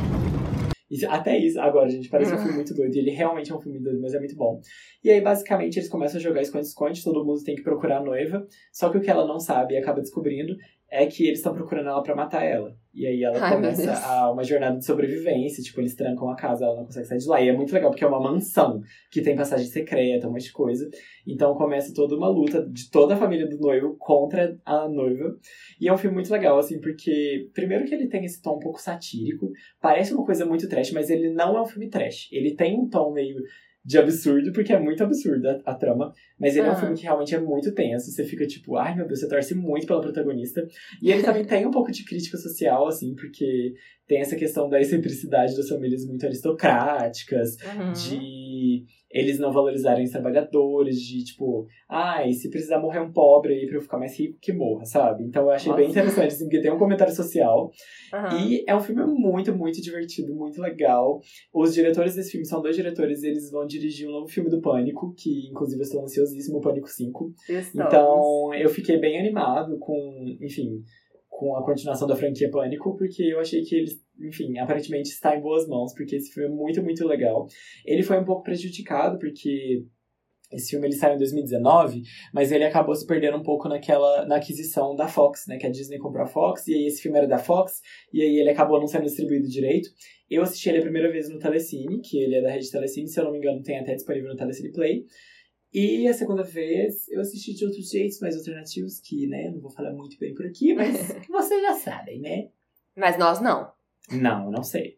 E até isso, agora, gente, parece um filme muito doido. E ele realmente é um filme doido, mas é muito bom. E aí, basicamente, eles começam a jogar esconde-esconde, todo mundo tem que procurar a noiva. Só que o que ela não sabe e acaba descobrindo é que eles estão procurando ela pra matar ela. E aí ela Ai, começa a uma jornada de sobrevivência. Tipo, eles trancam a casa, ela não consegue sair de lá. E é muito legal, porque é uma mansão que tem passagem secreta, um monte de coisa. Então começa toda uma luta de toda a família do noivo contra a noiva. E é um filme muito legal, assim, porque... Primeiro que ele tem esse tom um pouco satírico. Parece uma coisa muito trash, mas ele não é um filme trash. Ele tem um tom meio de absurdo, porque é muito absurda a, a trama. Mas ele é um Ah. filme que realmente é muito tenso. Você fica tipo, ai meu Deus, você torce muito pela protagonista. E ele também tem um pouco de crítica social, assim, porque tem essa questão da excentricidade das famílias muito aristocráticas, Uhum. de eles não valorizarem os trabalhadores, de tipo, ai, se precisar morrer um pobre aí pra eu ficar mais rico, que morra, sabe? Então eu achei Nossa. bem interessante, assim, porque tem um comentário social. Uhum. E é um filme muito, muito divertido, muito legal. Os diretores desse filme são dois diretores, eles vão dirigir um novo filme do Pânico, que inclusive eu estou ansiosíssimo, o Pânico cinco. Estamos. Então eu fiquei bem animado com, enfim, com a continuação da franquia Pânico, porque eu achei que eles, enfim, aparentemente está em boas mãos, porque esse filme é muito, muito legal. Ele foi um pouco prejudicado, porque esse filme ele saiu em dois mil e dezenove, mas ele acabou se perdendo um pouco naquela, na aquisição da Fox, né, que a Disney comprou a Fox, e aí esse filme era da Fox, e aí ele acabou não sendo distribuído direito. Eu assisti ele a primeira vez no Telecine, que ele é da rede Telecine, se eu não me engano tem até disponível no Telecine Play. E a segunda vez eu assisti de outros jeitos mais alternativos, que, né, eu não vou falar muito bem por aqui, mas que vocês já sabem, né? Mas nós não. Não, não sei.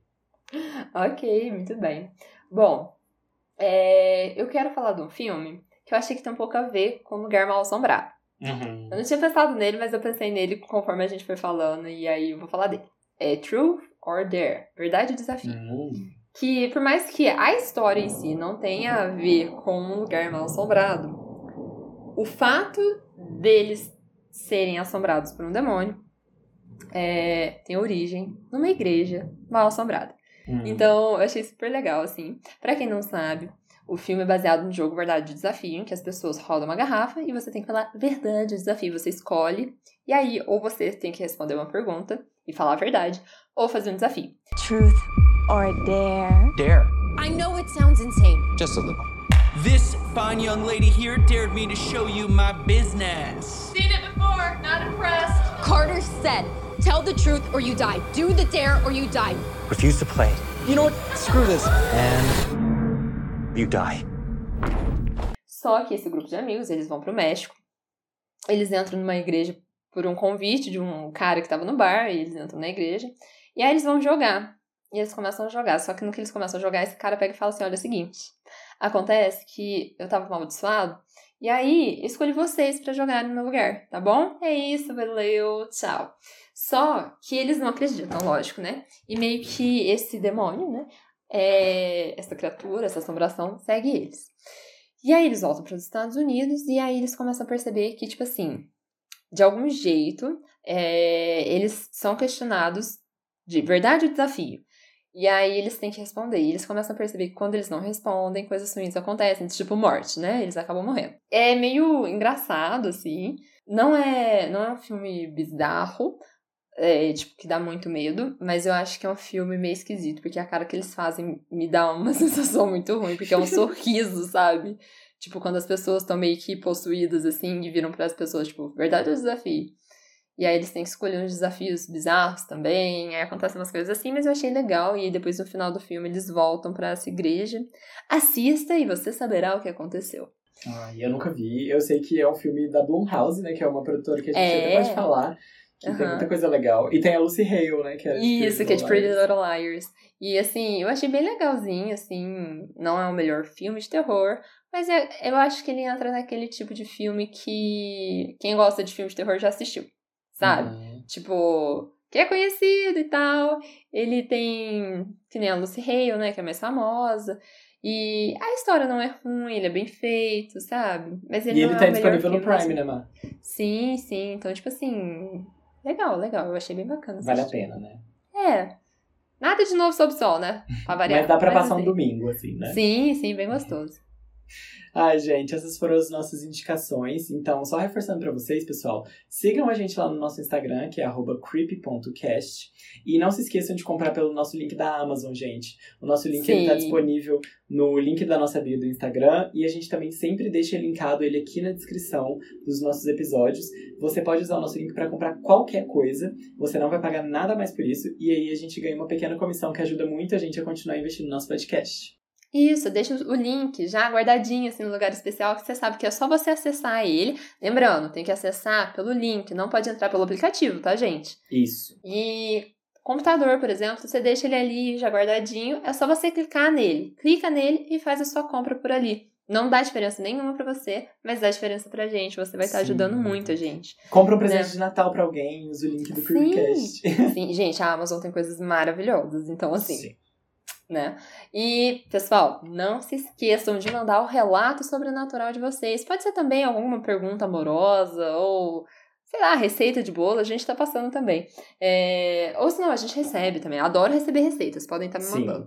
Ok, muito bem. Bom, é, eu quero falar de um filme que eu achei que tem um pouco a ver com Lugar Mal Assombrado. Uhum. Eu não tinha pensado nele, mas eu pensei nele conforme a gente foi falando, e aí eu vou falar dele. É Truth or Dare? Verdade ou Desafio? Hum. que por mais que a história em si não tenha a ver com um lugar mal assombrado, o fato deles serem assombrados por um demônio é, tem origem numa igreja mal assombrada. Hum. Então, eu achei super legal, assim. Pra quem não sabe, o filme é baseado no jogo Verdade ou Desafio, em que as pessoas rodam uma garrafa e você tem que falar verdade ou desafio. Você escolhe, e aí, ou você tem que responder uma pergunta e falar a verdade, ou fazer um desafio. Truth or dare? Dare. I know it sounds insane. Just a little. This fine young lady here dared me to show you my business. Seen it before, not impressed. Carter said, tell the truth or you die. Do the dare or you die. Refuse to play. You know what? Screw this. And you die. Só que esse grupo de amigos, eles vão pro México. Eles entram numa igreja por um convite de um cara que tava no bar, e eles entram na igreja. E aí eles vão jogar. E eles começam a jogar. Só que no que eles começam a jogar, esse cara pega e fala assim, olha, é o seguinte. Acontece que eu tava amaldiçoado, e aí eu escolhi vocês pra jogarem no meu lugar, tá bom? É isso, valeu, tchau. Só que eles não acreditam, lógico, né? E meio que esse demônio, né? É, essa criatura, essa assombração, segue eles. E aí eles voltam para os Estados Unidos, e aí eles começam a perceber que, tipo assim, de algum jeito, é, eles são questionados de verdade ou desafio. E aí eles têm que responder. E eles começam a perceber que quando eles não respondem, coisas ruins acontecem. Tipo morte, né? Eles acabam morrendo. É meio engraçado, assim. Não é, não é um filme bizarro, é, tipo, que dá muito medo. Mas eu acho que é um filme meio esquisito. Porque a cara que eles fazem me dá uma sensação muito ruim. Porque é um sorriso, sabe? Tipo, quando as pessoas estão meio que possuídas, assim, e viram para as pessoas, tipo, verdade ou desafio? E aí eles têm que escolher uns desafios bizarros também, aí acontecem umas coisas assim, mas eu achei legal. E aí depois no final do filme eles voltam pra essa igreja. Assista e você saberá o que aconteceu. Ai, eu nunca vi. Eu sei que é um filme da Blumhouse, né, que é uma produtora que a gente É. até pode falar, que Uhum. tem muita coisa legal. E tem a Lucy Hale, né, que é de Isso, Pretty que é de Little Pretty Liars. Little Liars. E assim, eu achei bem legalzinho, assim, não é o melhor filme de terror, mas é- eu acho que ele entra naquele tipo de filme que quem gosta de filme de terror já assistiu, sabe? Uhum. Tipo, que é conhecido e tal. Ele tem, que nem a Lucy Hale, né, que é mais famosa. E a história não é ruim, ele é bem feito, sabe? Mas ele E não ele é tá o melhor disponível no filme, Prime, mas- né, Má? Sim, sim. Então, tipo assim, legal, legal. Eu achei bem bacana. Vale a assistir. pena, né? É. Nada de novo sob o sol, né? Pra variar. Mas dá pra passar um assim. domingo, assim, né? Sim, sim, bem gostoso. Ai, gente, essas foram as nossas indicações. Então, só reforçando pra vocês, pessoal, sigam a gente lá no nosso Instagram, que é arroba creepy ponto cast. E não se esqueçam de comprar pelo nosso link da Amazon, gente. O nosso link ele tá Sim. disponível no link da nossa bio do Instagram. E a gente também sempre deixa linkado ele aqui na descrição dos nossos episódios. Você pode usar o nosso link pra comprar qualquer coisa. Você não vai pagar nada mais por isso. E aí a gente ganha uma pequena comissão que ajuda muito a gente a continuar investindo no nosso podcast. Isso, deixa o link já guardadinho assim no lugar especial, que você sabe que é só você acessar ele. Lembrando, tem que acessar pelo link, não pode entrar pelo aplicativo, tá, gente? Isso. E computador, por exemplo, você deixa ele ali já guardadinho, é só você clicar nele. Clica nele e faz a sua compra por ali. Não dá diferença nenhuma pra você, mas dá diferença pra gente. Você vai estar Sim. ajudando muito a gente. Compra um presente Né? de Natal pra alguém, usa o link do Sim. Creepcast. Sim, gente, a Amazon tem coisas maravilhosas, então assim... Sim. Né? E, pessoal, não se esqueçam de mandar o relato sobrenatural de vocês. Pode ser também alguma pergunta amorosa ou, sei lá, receita de bolo, a gente tá passando também. É... Ou senão, a gente recebe também. Adoro receber receitas, podem estar me Sim. mandando.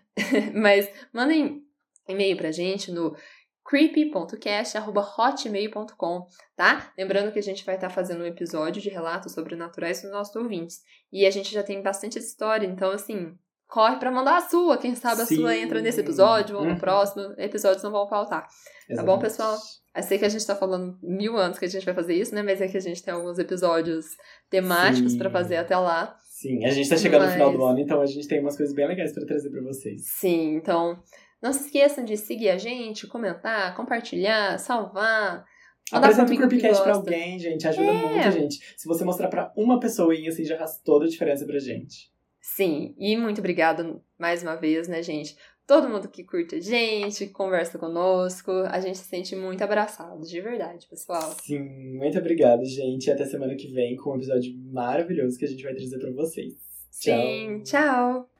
Mas mandem e-mail pra gente no creepy ponto cast arroba hotmail ponto com, tá? Lembrando que a gente vai estar fazendo um episódio de relatos sobrenaturais para os nossos ouvintes. E a gente já tem bastante história, então, assim... Corre pra mandar a sua, quem sabe a Sim. sua entra nesse episódio ou no Uhum. próximo. Episódios não vão faltar. Tá Exatamente. bom, pessoal? Eu sei que a gente tá falando mil anos que a gente vai fazer isso, né? Mas é que a gente tem alguns episódios temáticos Sim. pra fazer até lá. Sim, a gente tá chegando Mas- no final do ano, então a gente tem umas coisas bem legais pra trazer pra vocês. Sim, então não se esqueçam de seguir a gente, comentar, compartilhar, salvar. Mandar Apresenta pro o amigo que Creepcast pra gosta. alguém, gente. Ajuda É. muito a gente. Se você mostrar pra uma pessoinha, assim, já faz toda a diferença pra gente. Sim, e muito obrigada mais uma vez, né, gente? Todo mundo que curte a gente, que conversa conosco, a gente se sente muito abraçado, de verdade, pessoal. Sim, muito obrigado, gente. E até semana que vem com um episódio maravilhoso que a gente vai trazer pra vocês. Sim, tchau!